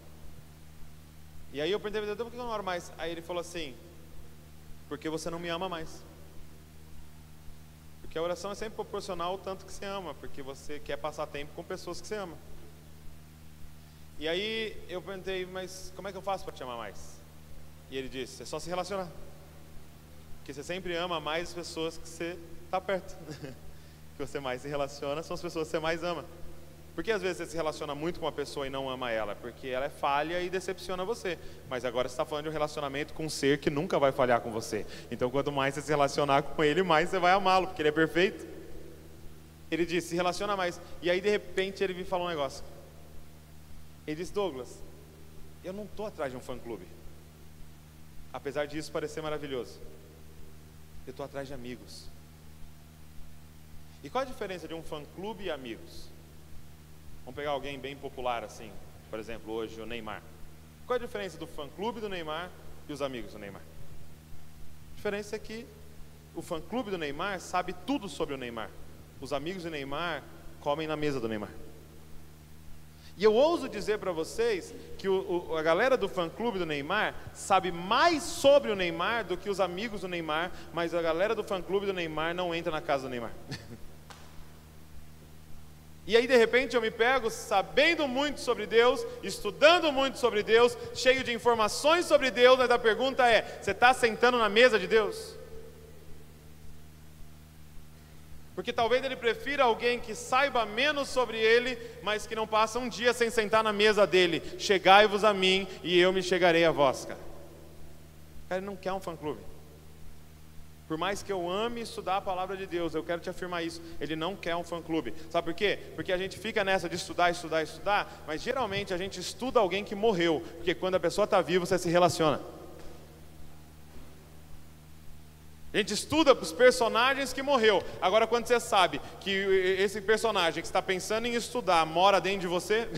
E aí eu perguntei para Deus, por que eu não oro mais? Aí ele falou assim, porque você não me ama mais. Porque a oração é sempre proporcional ao tanto que você ama, porque você quer passar tempo com pessoas que você ama. E aí eu perguntei, mas como é que eu faço para te amar mais? E ele disse, é só se relacionar. Porque você sempre ama mais as pessoas que você está perto. Que você mais se relaciona são as pessoas que você mais ama. Por que às vezes você se relaciona muito com uma pessoa e não ama ela? Porque ela é falha e decepciona você. Mas agora você está falando de um relacionamento com um ser que nunca vai falhar com você. Então quanto mais você se relacionar com ele, mais você vai amá-lo, porque ele é perfeito. Ele disse, se relaciona mais. E aí de repente ele me falou um negócio. Ele disse, Douglas, eu não estou atrás de um fã-clube. Apesar disso parecer maravilhoso. Eu estou atrás de amigos. E qual a diferença de um fã-clube e amigos? Vamos pegar alguém bem popular assim, por exemplo, hoje o Neymar. Qual a diferença do fã-clube do Neymar e os amigos do Neymar? A diferença é que o fã-clube do Neymar sabe tudo sobre o Neymar. Os amigos do Neymar comem na mesa do Neymar. E eu ouso dizer para vocês que a galera do fã-clube do Neymar sabe mais sobre o Neymar do que os amigos do Neymar, mas a galera do fã-clube do Neymar não entra na casa do Neymar. E aí de repente eu me pego sabendo muito sobre Deus, estudando muito sobre Deus, cheio de informações sobre Deus, mas a pergunta é, você está sentando na mesa de Deus? Porque talvez ele prefira alguém que saiba menos sobre ele, mas que não passa um dia sem sentar na mesa dele. Chegai-vos a mim e eu me chegarei a vós, cara. Cara, ele não quer um fã-clube. Por mais que eu ame estudar a palavra de Deus, eu quero te afirmar isso, ele não quer um fã-clube. Sabe por quê? Porque a gente fica nessa de estudar, mas geralmente a gente estuda alguém que morreu, porque quando a pessoa está viva, você se relaciona. A gente estuda os personagens que morreu. Agora, quando você sabe que esse personagem que você está pensando em estudar mora dentro de você,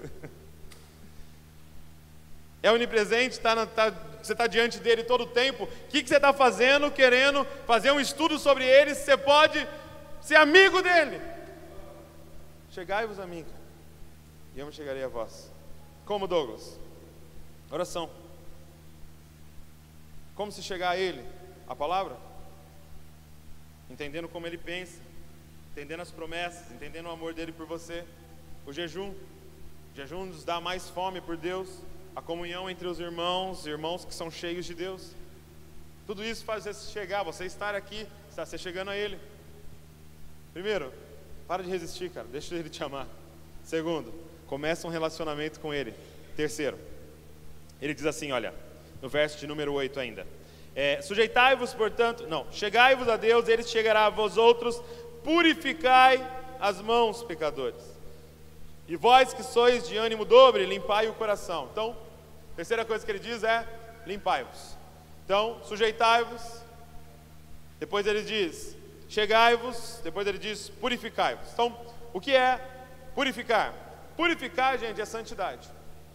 é onipresente, você está diante dele todo o tempo, o que você está fazendo, querendo fazer um estudo sobre ele, você pode ser amigo dele. Chegai-vos a mim, cara, e eu me chegarei a vós. Como, Douglas? Oração. Como se chegar a ele? A palavra? Entendendo como ele pensa, entendendo as promessas, entendendo o amor dele por você. O jejum nos dá mais fome por Deus. A comunhão entre os irmãos que são cheios de Deus. Tudo isso faz você chegar, você estar aqui, está você chegando a ele. Primeiro, para de resistir, cara, deixa ele te amar. Segundo, começa um relacionamento com ele. Terceiro, ele diz assim, olha, no verso de número 8 ainda. Sujeitai-vos, portanto, chegai-vos a Deus, ele chegará a vós outros, purificai as mãos, pecadores. E vós que sois de ânimo dobre, limpai o coração. Então, a terceira coisa que ele diz é, limpai-vos. Então, sujeitai-vos, depois ele diz, chegai-vos, depois ele diz, purificai-vos. Então, o que é purificar? Purificar, gente, é santidade.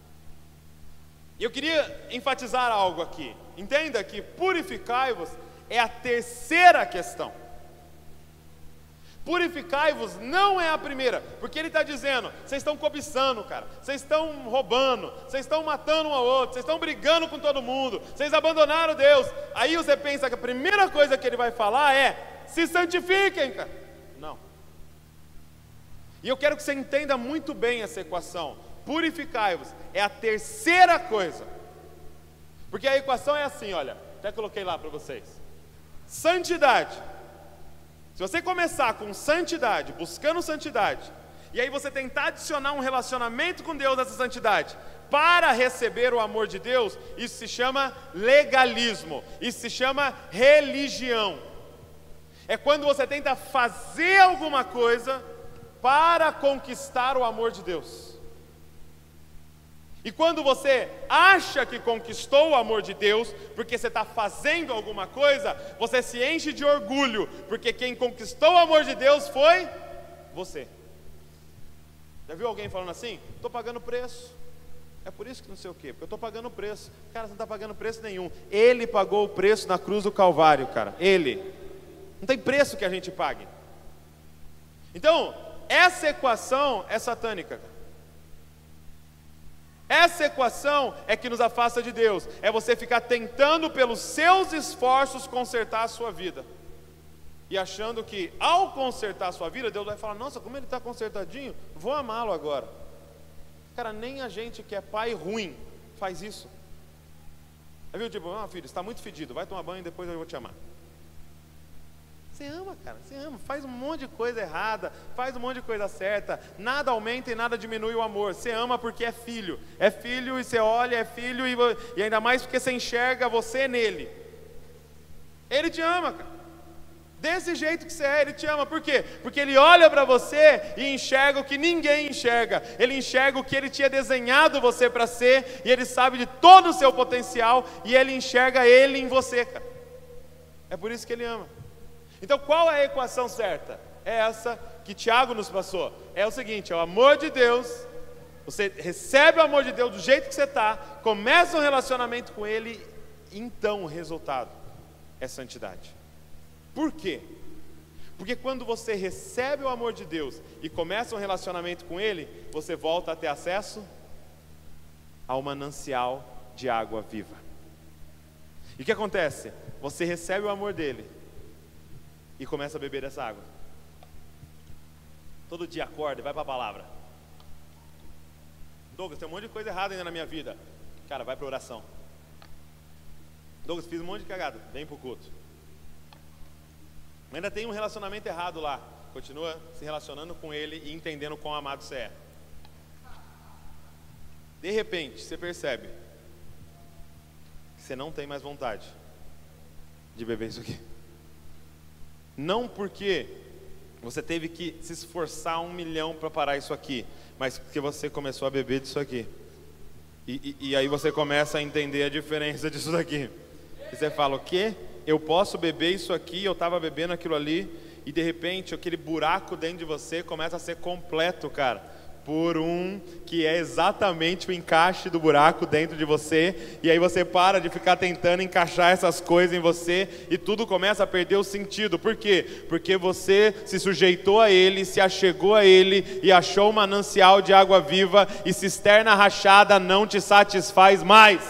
E eu queria enfatizar algo aqui. Entenda que purificai-vos é a terceira questão. Purificai-vos não é a primeira, porque ele está dizendo, vocês estão cobiçando, cara, vocês estão roubando, vocês estão matando um ao outro, vocês estão brigando com todo mundo, vocês abandonaram Deus. Aí você pensa que a primeira coisa que ele vai falar é, se santifiquem, cara. Não. E eu quero que você entenda muito bem essa equação. Purificai-vos é a terceira coisa. Porque a equação é assim, olha, até coloquei lá para vocês. Santidade. Se você começar com santidade, buscando santidade, e aí você tentar adicionar um relacionamento com Deus nessa santidade, para receber o amor de Deus, isso se chama legalismo, isso se chama religião. É quando você tenta fazer alguma coisa para conquistar o amor de Deus. E quando você acha que conquistou o amor de Deus, porque você está fazendo alguma coisa, você se enche de orgulho, porque quem conquistou o amor de Deus foi você. Já viu alguém falando assim? Estou pagando preço. É por isso que não sei o quê, porque eu estou pagando preço. Cara, você não está pagando preço nenhum. Ele pagou o preço na cruz do Calvário, cara. Ele. Não tem preço que a gente pague. Então, essa equação é satânica, cara. Essa equação é que nos afasta de Deus. É você ficar tentando pelos seus esforços consertar a sua vida. E achando que ao consertar a sua vida, Deus vai falar, nossa, como ele está consertadinho, vou amá-lo agora. Cara, nem a gente que é pai ruim faz isso. Aí viu, tipo, filho, está muito fedido, vai tomar banho e depois eu vou te amar. Você ama, cara, você ama, faz um monte de coisa errada, faz um monte de coisa certa, nada aumenta e nada diminui o amor. Você ama porque é filho e você olha, é filho e ainda mais porque você enxerga você nele. Ele te ama, cara, desse jeito que você é, ele te ama. Por quê? Porque ele olha para você e enxerga o que ninguém enxerga. Ele enxerga o que ele tinha desenhado você para ser, e ele sabe de todo o seu potencial, e ele enxerga ele em você, cara. É por isso que ele ama. Então qual é a equação certa? É essa que Tiago nos passou. É o seguinte, é o amor de Deus. Você recebe o amor de Deus do jeito que você está, começa um relacionamento com Ele, então o resultado é santidade. Por quê? Porque quando você recebe o amor de Deus e começa um relacionamento com Ele, você volta a ter acesso ao manancial de água viva. E o que acontece? Você recebe o amor dele e começa a beber dessa água. Todo dia acorda e vai para a palavra. Douglas, tem um monte de coisa errada ainda na minha vida. Cara, vai para oração. Douglas, fiz um monte de cagada. Vem para o culto. Ainda tem um relacionamento errado lá. Continua se relacionando com ele e entendendo quão amado você é. De repente, você percebe que você não tem mais vontade de beber isso aqui. Não porque você teve que se esforçar 1 milhão para parar isso aqui, mas porque você começou a beber disso aqui. E aí você começa a entender a diferença disso daqui. E você fala, o quê? Eu posso beber isso aqui, eu estava bebendo aquilo ali, e de repente aquele buraco dentro de você começa a ser completo, cara, por um que é exatamente o encaixe do buraco dentro de você, e aí você para de ficar tentando encaixar essas coisas em você, e tudo começa a perder o sentido. Por quê? Porque você se sujeitou a Ele, se achegou a Ele, e achou um manancial de água viva, e cisterna rachada não te satisfaz mais.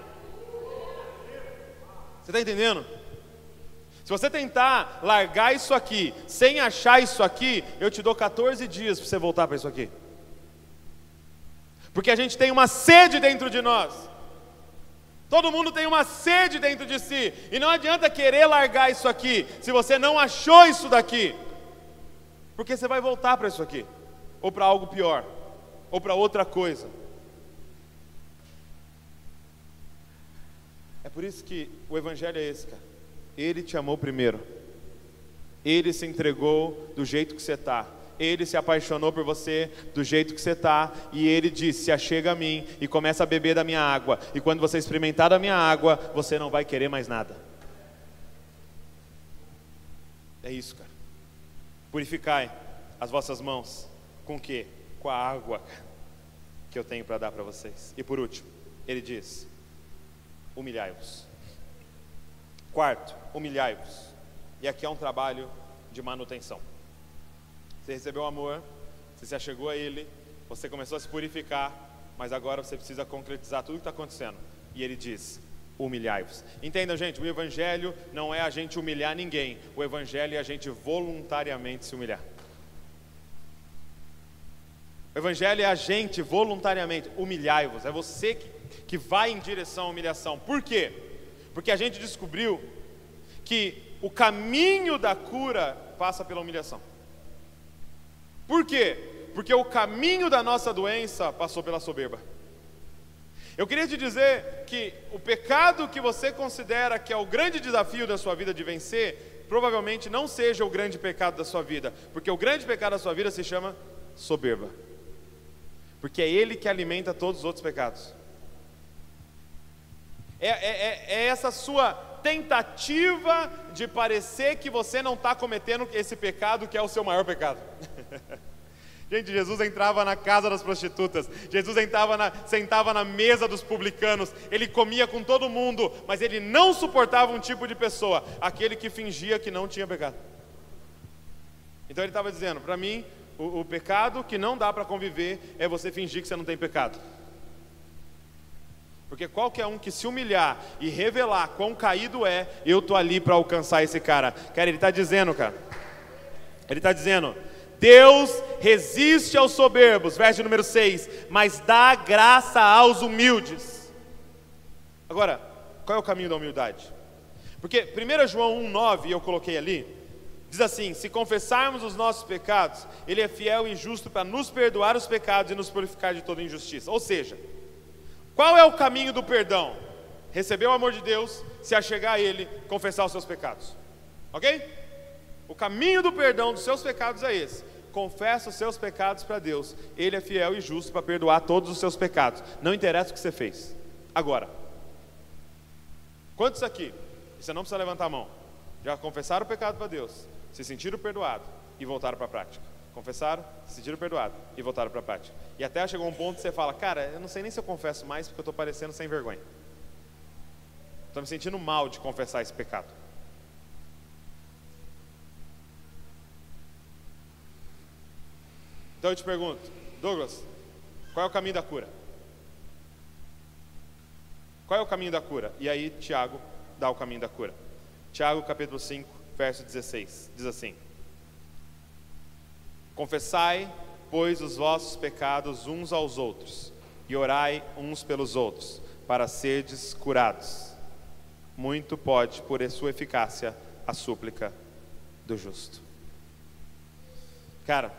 Você está entendendo? Se você tentar largar isso aqui, sem achar isso aqui, eu te dou 14 dias para você voltar para isso aqui. Porque a gente tem uma sede dentro de nós. Todo mundo tem uma sede dentro de si. E não adianta querer largar isso aqui, se você não achou isso daqui. Porque você vai voltar para isso aqui. Ou para algo pior. Ou para outra coisa. É por isso que o Evangelho é esse, cara. Ele te amou primeiro. Ele se entregou do jeito que você está. Ele se apaixonou por você do jeito que você está. E Ele disse, se achega a mim e começa a beber da minha água. E quando você experimentar da minha água, você não vai querer mais nada. É isso, cara. Purificai as vossas mãos. Com o quê? Com a água que eu tenho para dar para vocês. E por último, Ele diz, humilhai-vos. Quarto, humilhai-vos. E aqui é um trabalho de manutenção. Você recebeu o amor, você se achegou a Ele, você começou a se purificar, mas agora você precisa concretizar tudo o que está acontecendo. E Ele diz, humilhai-vos. Entendam, gente, o Evangelho não é a gente humilhar ninguém. O Evangelho é a gente voluntariamente se humilhar. O Evangelho é a gente voluntariamente, humilhai-vos. É você que vai em direção à humilhação. Por quê? Porque a gente descobriu que o caminho da cura passa pela humilhação. Por quê? Porque o caminho da nossa doença passou pela soberba. Eu queria te dizer que o pecado que você considera que é o grande desafio da sua vida de vencer, provavelmente não seja o grande pecado da sua vida, porque o grande pecado da sua vida se chama soberba. Porque é ele que alimenta todos os outros pecados. É essa sua tentativa de parecer que você não está cometendo esse pecado que é o seu maior pecado. Gente, Jesus entrava na casa das prostitutas, Jesus sentava na mesa dos publicanos, Ele comia com todo mundo, mas Ele não suportava um tipo de pessoa, aquele que fingia que não tinha pecado. Então Ele estava dizendo, para mim, o pecado que não dá para conviver é você fingir que você não tem pecado. Porque qualquer um que se humilhar e revelar quão caído é, eu estou ali para alcançar esse cara. Cara, ele está dizendo, ele está dizendo, Deus resiste aos soberbos, verso número 6, mas dá graça aos humildes. Agora, qual é o caminho da humildade? Porque 1 João 1,9, eu coloquei ali, diz assim, se confessarmos os nossos pecados, Ele é fiel e justo para nos perdoar os pecados e nos purificar de toda injustiça. Ou seja, qual é o caminho do perdão? Receber o amor de Deus, se achegar a Ele, confessar os seus pecados. Ok? O caminho do perdão dos seus pecados é esse. Confessa os seus pecados para Deus. Ele é fiel e justo para perdoar todos os seus pecados. Não interessa o que você fez. Agora, quantos aqui, você não precisa levantar a mão, já confessaram o pecado para Deus, se sentiram perdoados e voltaram para a prática? Confessaram, se sentiram perdoados e voltaram para a prática. E até chegou um ponto que você fala, cara, eu não sei nem se eu confesso mais porque eu estou parecendo sem vergonha. Estou me sentindo mal de confessar esse pecado. Então eu te pergunto, Douglas, qual é o caminho da cura? Qual é o caminho da cura? E aí Tiago dá o caminho da cura. Tiago capítulo 5, verso 16, diz assim: confessai, pois, os vossos pecados uns aos outros, e orai uns pelos outros, para serdes curados. Muito pode, por sua eficácia, a súplica do justo. Cara,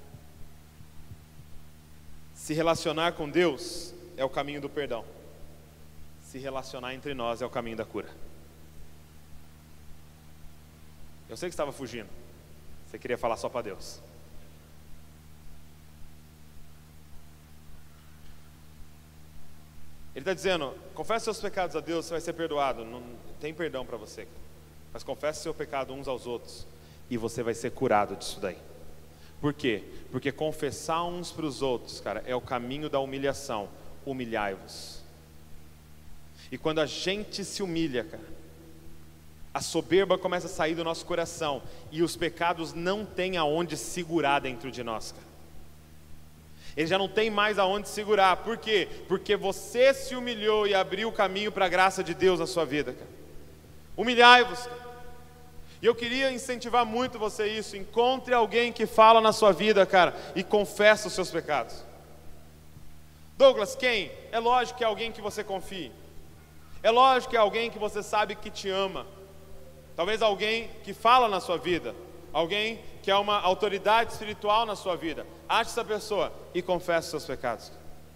se relacionar com Deus é o caminho do perdão. Se relacionar entre nós é o caminho da cura. Eu sei que estava fugindo. Você queria falar só para Deus. Ele está dizendo, confesse seus pecados a Deus, você vai ser perdoado. Não tem perdão para você. Mas confesse seu pecado uns aos outros e você vai ser curado disso daí. Por quê? Porque confessar uns para os outros, cara, é o caminho da humilhação. Humilhai-vos. E quando a gente se humilha, cara, a soberba começa a sair do nosso coração e os pecados não têm aonde segurar dentro de nós, cara. Ele já não tem mais aonde segurar. Por quê? Porque você se humilhou e abriu o caminho para a graça de Deus na sua vida, cara. Humilhai-vos, cara. E eu queria incentivar muito você isso. Encontre alguém que fala na sua vida, cara, e confessa os seus pecados. Douglas, quem? É lógico que é alguém que você confie. É lógico que é alguém que você sabe que te ama. Talvez alguém que fala na sua vida. Alguém que é uma autoridade espiritual na sua vida. Ache essa pessoa e confesse os seus pecados.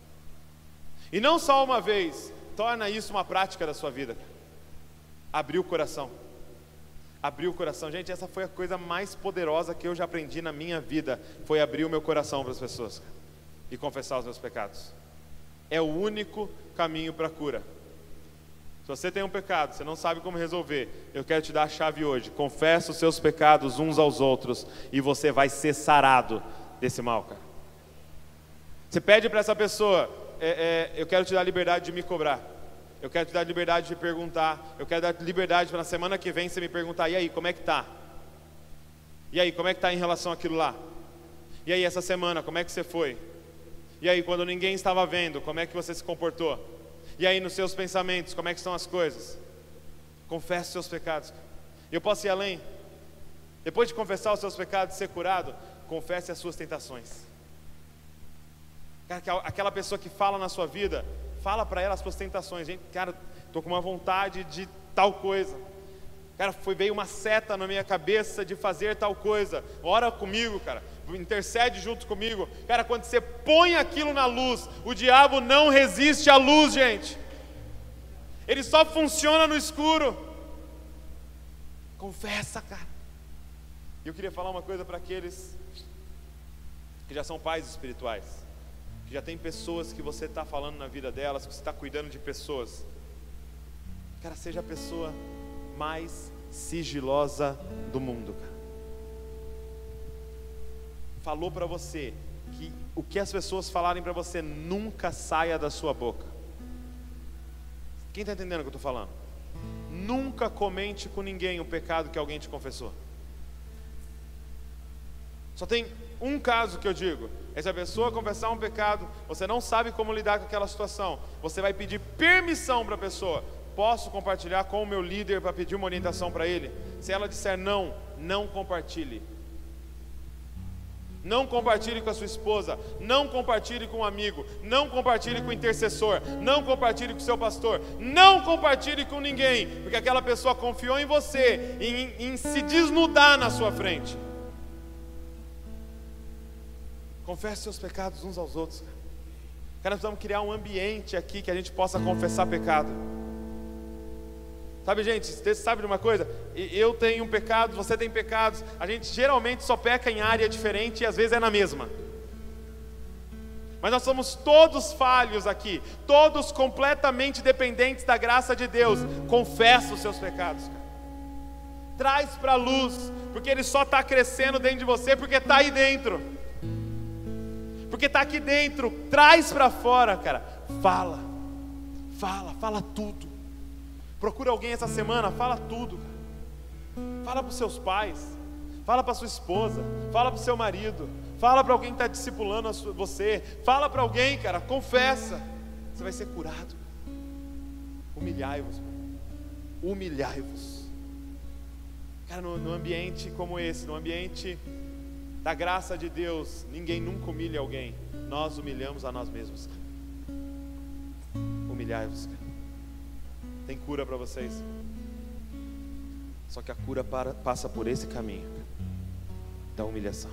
E não só uma vez, torna isso uma prática da sua vida. Abrir o coração. Abrir o coração. Gente, essa foi a coisa mais poderosa que eu já aprendi na minha vida. Foi abrir o meu coração para as pessoas e confessar os meus pecados. É o único caminho para a cura. Se você tem um pecado, você não sabe como resolver, eu quero te dar a chave hoje. Confessa os seus pecados uns aos outros e você vai ser sarado desse mal, cara. Você pede para essa pessoa, eu quero te dar a liberdade de me cobrar. Eu quero te dar a liberdade de perguntar. Eu quero dar liberdade para na semana que vem você me perguntar, e aí, como é que tá? E aí, como é que tá em relação àquilo lá? E aí, essa semana, como é que você foi? E aí, quando ninguém estava vendo, como é que você se comportou? E aí, nos seus pensamentos, como é que estão as coisas? Confesse os seus pecados. E eu posso ir além. Depois de confessar os seus pecados e ser curado, confesse as suas tentações. Cara, aquela pessoa que fala na sua vida, fala para ela as suas tentações. Gente, cara, estou com uma vontade de tal coisa. Cara, veio uma seta na minha cabeça de fazer tal coisa. Ora comigo, cara. Intercede junto comigo. Cara, quando você põe aquilo na luz, o diabo não resiste à luz, gente. Ele só funciona no escuro. Confessa, cara. E eu queria falar uma coisa para aqueles que já são pais espirituais, que já tem pessoas que você está falando na vida delas, que você está cuidando de pessoas. Cara, seja a pessoa mais sigilosa do mundo, cara. Falou para você que o que as pessoas falarem para você nunca saia da sua boca. Quem está entendendo o que eu estou falando? Nunca comente com ninguém o pecado que alguém te confessou. Só tem um caso que eu digo: é se a pessoa confessar um pecado, você não sabe como lidar com aquela situação, você vai pedir permissão para a pessoa. Posso compartilhar com o meu líder para pedir uma orientação para ele? Se ela disser não, não compartilhe. Não compartilhe com a sua esposa, não compartilhe com um amigo, não compartilhe com o intercessor, não compartilhe com o seu pastor, não compartilhe com ninguém, porque aquela pessoa confiou em você, em se desnudar na sua frente. Confesse seus pecados uns aos outros. Cara, nós precisamos criar um ambiente aqui que a gente possa confessar pecado. Sabe, gente, você sabe de uma coisa? Eu tenho pecados, você tem pecados. A gente geralmente só peca em área diferente e às vezes é na mesma. Mas nós somos todos falhos aqui, todos completamente dependentes da graça de Deus. Confessa os seus pecados, cara. Traz para a luz, porque ele só está crescendo dentro de você porque está aí dentro. Porque está aqui dentro. Traz para fora, cara. Fala tudo. Procura alguém essa semana, fala tudo, cara. Fala para os seus pais, fala para sua esposa, fala para o seu marido, Fala para alguém que está discipulando você. Fala para alguém, cara, confessa. Você vai ser curado. Humilhai-vos. Humilhai-vos. Cara, no ambiente como esse, no ambiente da graça de Deus, ninguém nunca humilha alguém. Nós humilhamos a nós mesmos. Humilhai-vos. Tem cura para vocês. Só que a cura passa por esse caminho da humilhação.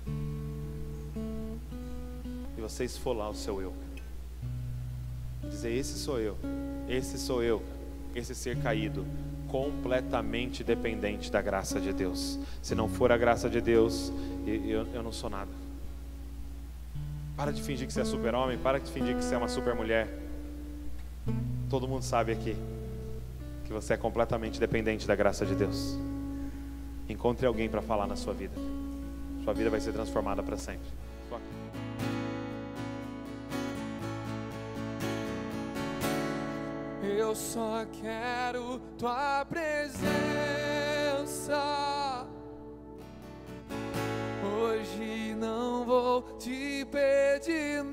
E você esfolar o seu eu. Dizer, esse sou eu, esse ser caído, completamente dependente da graça de Deus. Se não for a graça de Deus, eu não sou nada. Para de fingir que você é super-homem, para de fingir que você é uma super-mulher. Todo mundo sabe aqui que você é completamente dependente da graça de Deus. Encontre alguém para falar na sua vida. Sua vida vai ser transformada para sempre. Eu só quero tua presença. Hoje não vou te pedir